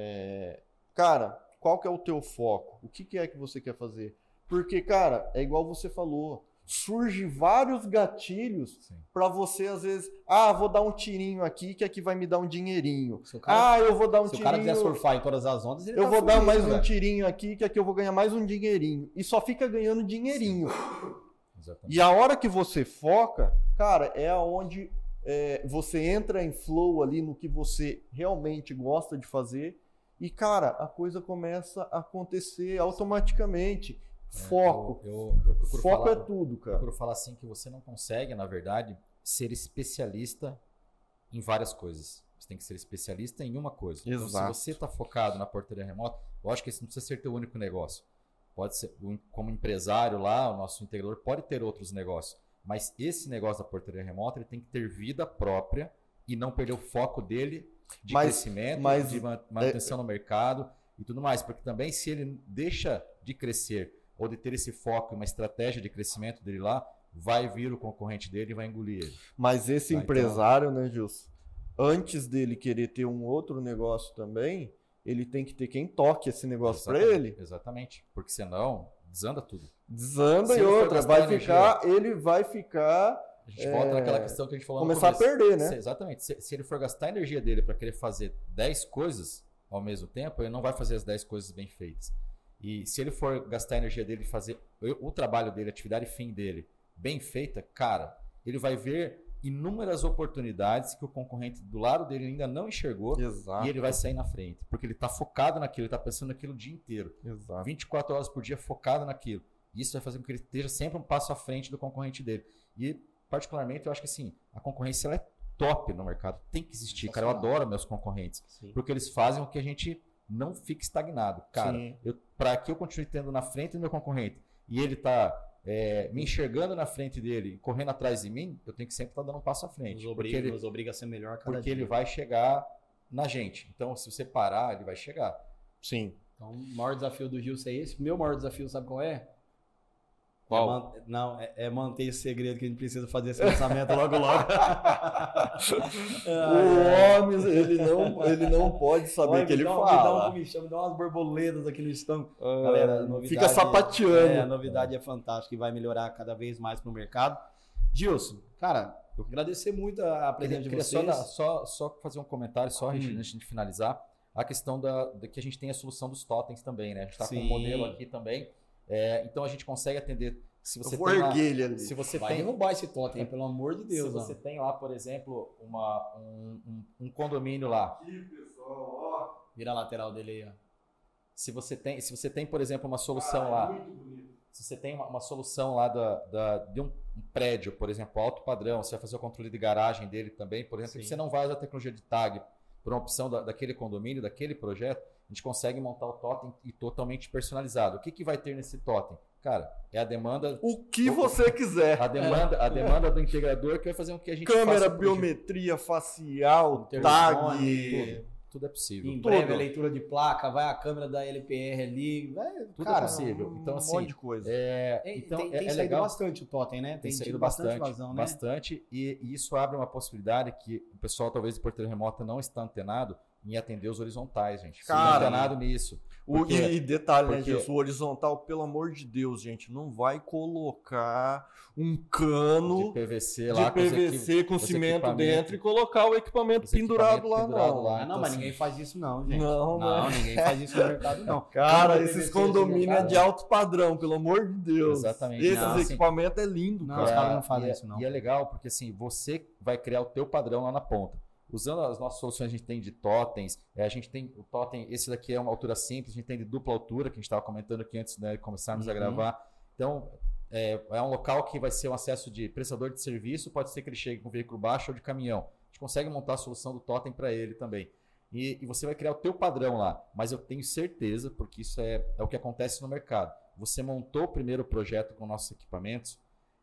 S2: É, cara, qual que é o teu foco? O que, que é que você quer fazer? Porque, cara, é igual você falou, surge vários gatilhos para você, às vezes, ah, vou dar um tirinho aqui, que aqui vai me dar um dinheirinho.
S1: Cara,
S2: ah, eu vou dar um
S1: se
S2: tirinho...
S1: Se o cara quiser surfar em todas as ondas, ele
S2: Eu
S1: tá
S2: vou
S1: fudido,
S2: dar mais
S1: velho.
S2: um tirinho aqui, que aqui eu vou ganhar mais um dinheirinho. E só fica ganhando dinheirinho.
S3: Exatamente.
S2: E a hora que você foca, cara, é aonde é, você entra em flow ali no que você realmente gosta de fazer. E, cara, a coisa começa a acontecer automaticamente. Foco.
S3: É, eu, eu, eu procuro
S2: Foco
S3: falar,
S2: é tudo,
S3: Eu
S2: cara.
S3: procuro falar assim que você não consegue, na verdade, ser especialista em várias coisas. Você tem que ser especialista em uma coisa. Então, se
S2: Exato.
S3: você está focado na portaria remota, lógico que esse não precisa ser teu único negócio. Pode ser, como empresário lá, o nosso integrador pode ter outros negócios. Mas esse negócio da portaria remota, ele tem que ter vida própria e não perder o foco dele de
S2: Mas-
S3: crescimento,
S2: mas-
S3: de ma- manutenção no mercado e tudo mais. Porque também, se ele deixa de crescer ou de ter esse foco, uma estratégia de crescimento dele lá, vai vir o concorrente dele e vai engolir ele.
S2: Mas esse
S3: Tá, então-
S2: empresário, né, Gilson? Antes dele querer ter um outro negócio também, ele tem que ter quem toque esse negócio para
S3: Exatamente,
S2: ele.
S3: Exatamente. Porque senão, desanda tudo.
S2: Desanda
S3: Se
S2: e
S3: ele for
S2: outra,
S3: gastar
S2: vai
S3: energia-
S2: ficar, ele vai ficar,
S3: A gente
S2: É,
S3: volta naquela questão que a gente falou
S2: começar a
S3: no começo.
S2: perder, né?
S3: Se- exatamente. Se, se ele for gastar a energia dele para querer fazer dez coisas ao mesmo tempo, ele não vai fazer as dez coisas bem feitas. E se ele for gastar a energia dele e fazer o, o trabalho dele, a atividade fim dele, bem feita, cara, ele vai ver inúmeras oportunidades que o concorrente do lado dele ainda não enxergou
S2: Exato.
S3: e ele vai sair na frente. Porque ele está focado naquilo, ele está pensando naquilo o dia inteiro.
S2: Exato.
S3: vinte e quatro horas por dia focado naquilo. Isso vai fazer com que ele esteja sempre um passo à frente do concorrente dele. E, particularmente, eu acho que assim, a concorrência ela é top no mercado. Tem que existir. Cara, eu adoro meus concorrentes.
S1: Sim.
S3: Porque eles fazem com que a gente não fique estagnado. Cara,
S2: Sim.
S3: para que eu continue tendo na frente do meu concorrente e ele tá é, me enxergando na frente dele, correndo atrás de mim, eu tenho que sempre estar dando um passo à frente.
S1: Nos
S3: Porque
S1: obriga,
S3: ele,
S1: nos obriga a ser melhor a cada
S3: porque
S1: dia.
S3: ele vai chegar na gente. Então, se você parar, ele vai chegar.
S2: Sim.
S1: Então, o maior desafio do Gilson é esse. Meu maior desafio, sabe qual é?
S2: Qual?
S1: É man- Não, é, é manter esse segredo que a gente precisa fazer esse lançamento logo logo.
S2: O homem, ele não, ele não pode saber
S1: Olha,
S2: que ele
S1: me dá um-
S2: fala.
S1: Me dá um comichão, me dá umas borboletas aqui no estômago. Galera, a novidade,
S2: Fica sapateando.
S1: É, a novidade é fantástica e vai melhorar cada vez mais pro mercado. Gilson, cara, eu quero agradecer muito a presença de
S3: Queria
S1: vocês.
S3: só, dar- só, só fazer um comentário, só
S1: Hum.
S3: antes de a gente finalizar, a questão da, da que a gente tem a solução dos totens também, né? A gente está com um
S1: Sim.
S3: modelo aqui também, é, então a gente consegue atender. Se você
S2: Eu vou
S3: tem lá,
S2: erguer ele ali.
S3: se você
S1: Vai
S3: tem,
S1: derrubar esse totem, hein, pelo amor de Deus.
S3: se você
S1: ó.
S3: tem lá, por exemplo, uma, um, um, um condomínio lá,
S2: Aqui, pessoal,
S1: Vira a lateral dele aí, ó.
S3: se você tem, se você tem, por exemplo, uma solução lá, se você tem uma, uma solução lá da, da- de um, um prédio, por exemplo, alto padrão, você vai fazer o controle de garagem dele também, por exemplo,
S1: Sim.
S3: se você não vai usar a tecnologia de tag por uma opção da- daquele condomínio, daquele projeto, a gente consegue montar o totem e totalmente personalizado. O que, que vai ter nesse totem? Cara, é a demanda,
S2: O que você quiser.
S3: a demanda, a demanda do integrador que vai fazer com que a gente
S2: Câmera,
S3: faça o projeto.
S2: biometria facial,
S1: Interfone,
S2: tag.
S3: Tudo, tudo é possível.
S1: Em
S2: Tudo.
S1: breve a leitura de placa, vai a câmera da L P R ali. Vai,
S3: Tudo
S1: cara,
S3: é possível. Então,
S2: um
S3: assim,
S2: monte de coisa.
S3: É,
S1: é-
S3: então,
S1: tem,
S3: é,
S1: tem
S3: é
S1: saído
S3: legal.
S1: bastante o totem, né?
S3: Tem
S1: Tem
S3: saído
S1: tido
S3: bastante,
S1: bastante vazão, né?
S3: bastante e, e isso abre uma possibilidade que o pessoal talvez de porteira remota não está antenado em atender os horizontais, gente. Fica
S2: Cara,
S3: antenado nisso.
S2: O,
S3: Porque-
S2: e, e detalhe, né,
S3: porque-
S2: Gilson? O horizontal, pelo amor de Deus, gente, não vai colocar um cano
S3: De P V C
S2: de
S3: lá com os
S2: P V C
S3: equi-
S2: com
S3: os
S2: cimento
S3: equipamentos.
S2: dentro e colocar o equipamento
S3: Os
S2: pendurado
S3: equipamentos
S2: lá,
S3: pendurado
S2: não.
S3: lá.
S1: Ah, não,
S3: Então,
S1: mas
S3: assim,
S1: ninguém faz isso não, gente.
S2: Não,
S1: não,
S2: né?
S1: ninguém faz isso no mercado não.
S2: Cara,
S1: Câmera
S2: esses
S1: P V C
S2: condomínios é
S1: de
S2: de alto padrão, pelo amor de Deus.
S3: Exatamente.
S2: Esses
S1: Não, assim,
S2: equipamentos é lindo,
S1: não,
S2: cara.
S1: os caras não fazem
S3: e é-
S1: isso, não.
S3: E é legal porque assim, você vai criar o teu padrão lá na ponta. Usando as nossas soluções, a gente tem de totens, é, a gente tem o totem, esse daqui é uma altura simples, a gente tem de dupla altura, que a gente estava comentando aqui antes né, de começarmos a
S1: Uhum.
S3: gravar. Então, é, é um local que vai ser um acesso de prestador de serviço, pode ser que ele chegue com veículo baixo ou de caminhão. A gente consegue montar a solução do totem para ele também. E, e você vai criar o teu padrão lá, mas eu tenho certeza, porque isso é, é o que acontece no mercado. Você montou o primeiro projeto com nossos equipamentos,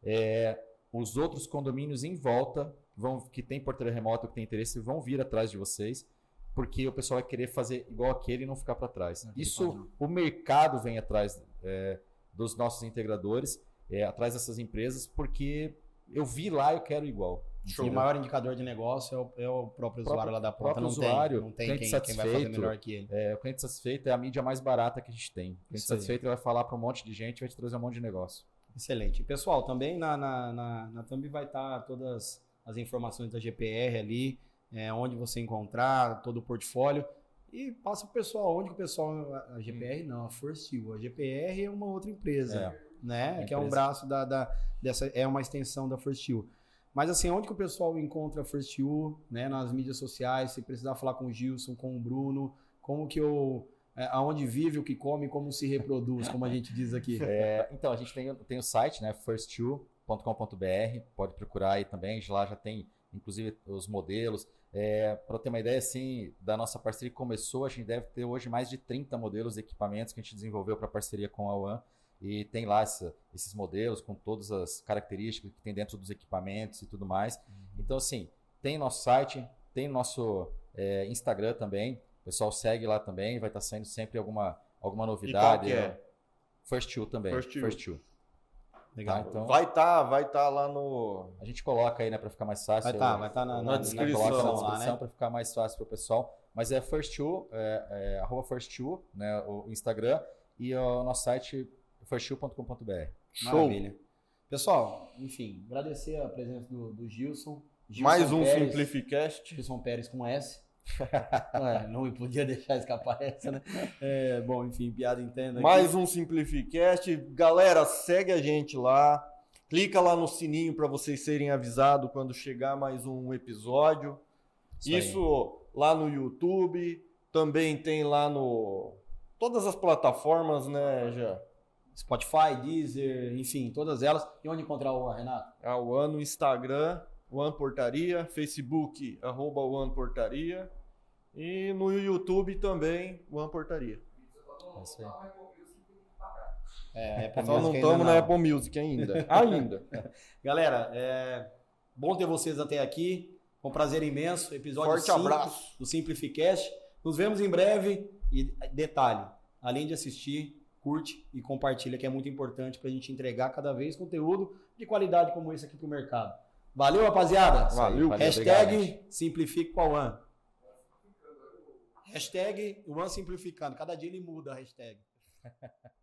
S3: é, os outros condomínios em volta, vão, que tem porteira remota, que tem interesse, vão vir atrás de vocês, porque o pessoal vai querer fazer igual aquele e não ficar para trás.
S1: Aquele
S3: Isso,
S1: padrão.
S3: o mercado vem atrás, é, dos nossos integradores, é, atrás dessas empresas, porque eu vi lá, eu quero igual.
S1: E o maior indicador de negócio é o, é o próprio usuário
S3: próprio,
S1: lá da ponta.
S3: Próprio
S1: não
S3: usuário,
S1: tem, não tem
S3: cliente
S1: quem, quem vai fazer melhor que ele.
S3: É, o cliente satisfeito é a mídia mais barata que a gente tem. O cliente
S1: Isso
S3: satisfeito ele vai falar para um monte de gente, vai te trazer um monte de negócio.
S1: Excelente. Pessoal, também na, na, na, na Thumb vai estar todas as informações da G P R ali, é, onde você encontrar, todo o portfólio. E passa para o pessoal, onde que o pessoal... A G P R não, a First You. A G P R é uma outra empresa,
S3: É,
S1: né?
S3: é
S1: Que é um braço da, da, dessa... É uma extensão da First You. Mas assim, onde que o pessoal encontra a First You, né? Nas mídias sociais, se precisar falar com o Gilson, com o Bruno, como que eu... É, aonde vive, o que come, como se reproduz, como a gente diz aqui.
S3: É, então, a gente tem, tem o site, né? first you ponto com ponto b r, pode procurar aí também, lá já tem, inclusive, os modelos. É, para ter uma ideia, assim, da nossa parceria que começou, a gente deve ter hoje mais de trinta modelos de equipamentos que a gente desenvolveu para parceria com a One. E tem lá essa, esses modelos com todas as características que tem dentro dos equipamentos e tudo mais. Uhum. Então, assim, tem nosso site, tem nosso é, Instagram também. O pessoal segue lá também, vai estar saindo sempre alguma, alguma novidade.
S2: E qual que é?
S3: First You também.
S2: First You.
S3: First You.
S1: Legal.
S3: Tá, então,
S2: vai estar vai tá lá no...
S3: a gente coloca aí, né, para ficar mais fácil.
S1: Vai estar tá, vai tá na, na,
S2: na descrição,
S3: coloca na
S1: lá,
S3: descrição
S1: né?
S3: para ficar mais fácil para o pessoal. Mas é First You, é, é, arroba First You, né, o Instagram, e o nosso site first you ponto com ponto b r.
S1: Maravilha. Pessoal, enfim, agradecer a presença do, do Gilson. Gilson
S2: Mais um
S1: Pérez,
S2: Simplificast.
S1: Gilson Pérez com S. é, não podia deixar escapar essa, né? É, bom, enfim, piada interna aqui.
S2: Mais um Simplificast. Galera, segue a gente lá. Clica lá no sininho para vocês serem avisados quando chegar mais um episódio.
S3: Isso,
S2: Isso lá no YouTube. Também tem lá no... Todas as plataformas, né, já?
S1: Spotify, Deezer, enfim, todas elas. E onde encontrar o Renato?
S2: A One no Instagram, One Portaria, Facebook, arroba One Portaria. E no YouTube também, One Portaria.
S3: É isso aí.
S1: É, Apple
S2: Só não
S1: Music ainda
S2: estamos na Apple Music ainda. ainda.
S1: Galera, é bom ter vocês até aqui. Foi um prazer imenso. Episódio
S2: Forte
S1: cinco
S2: abraço.
S1: do Simplificast. Nos vemos em breve. E detalhe, além de assistir, curte e compartilha, que é muito importante para a gente entregar cada vez conteúdo de qualidade como esse aqui para o mercado. Valeu, rapaziada.
S2: Valeu.
S3: Valeu,
S1: Hashtag
S3: obrigado,
S1: Simplifique com a One. Hashtag One Simplificando. Cada dia ele muda a hashtag.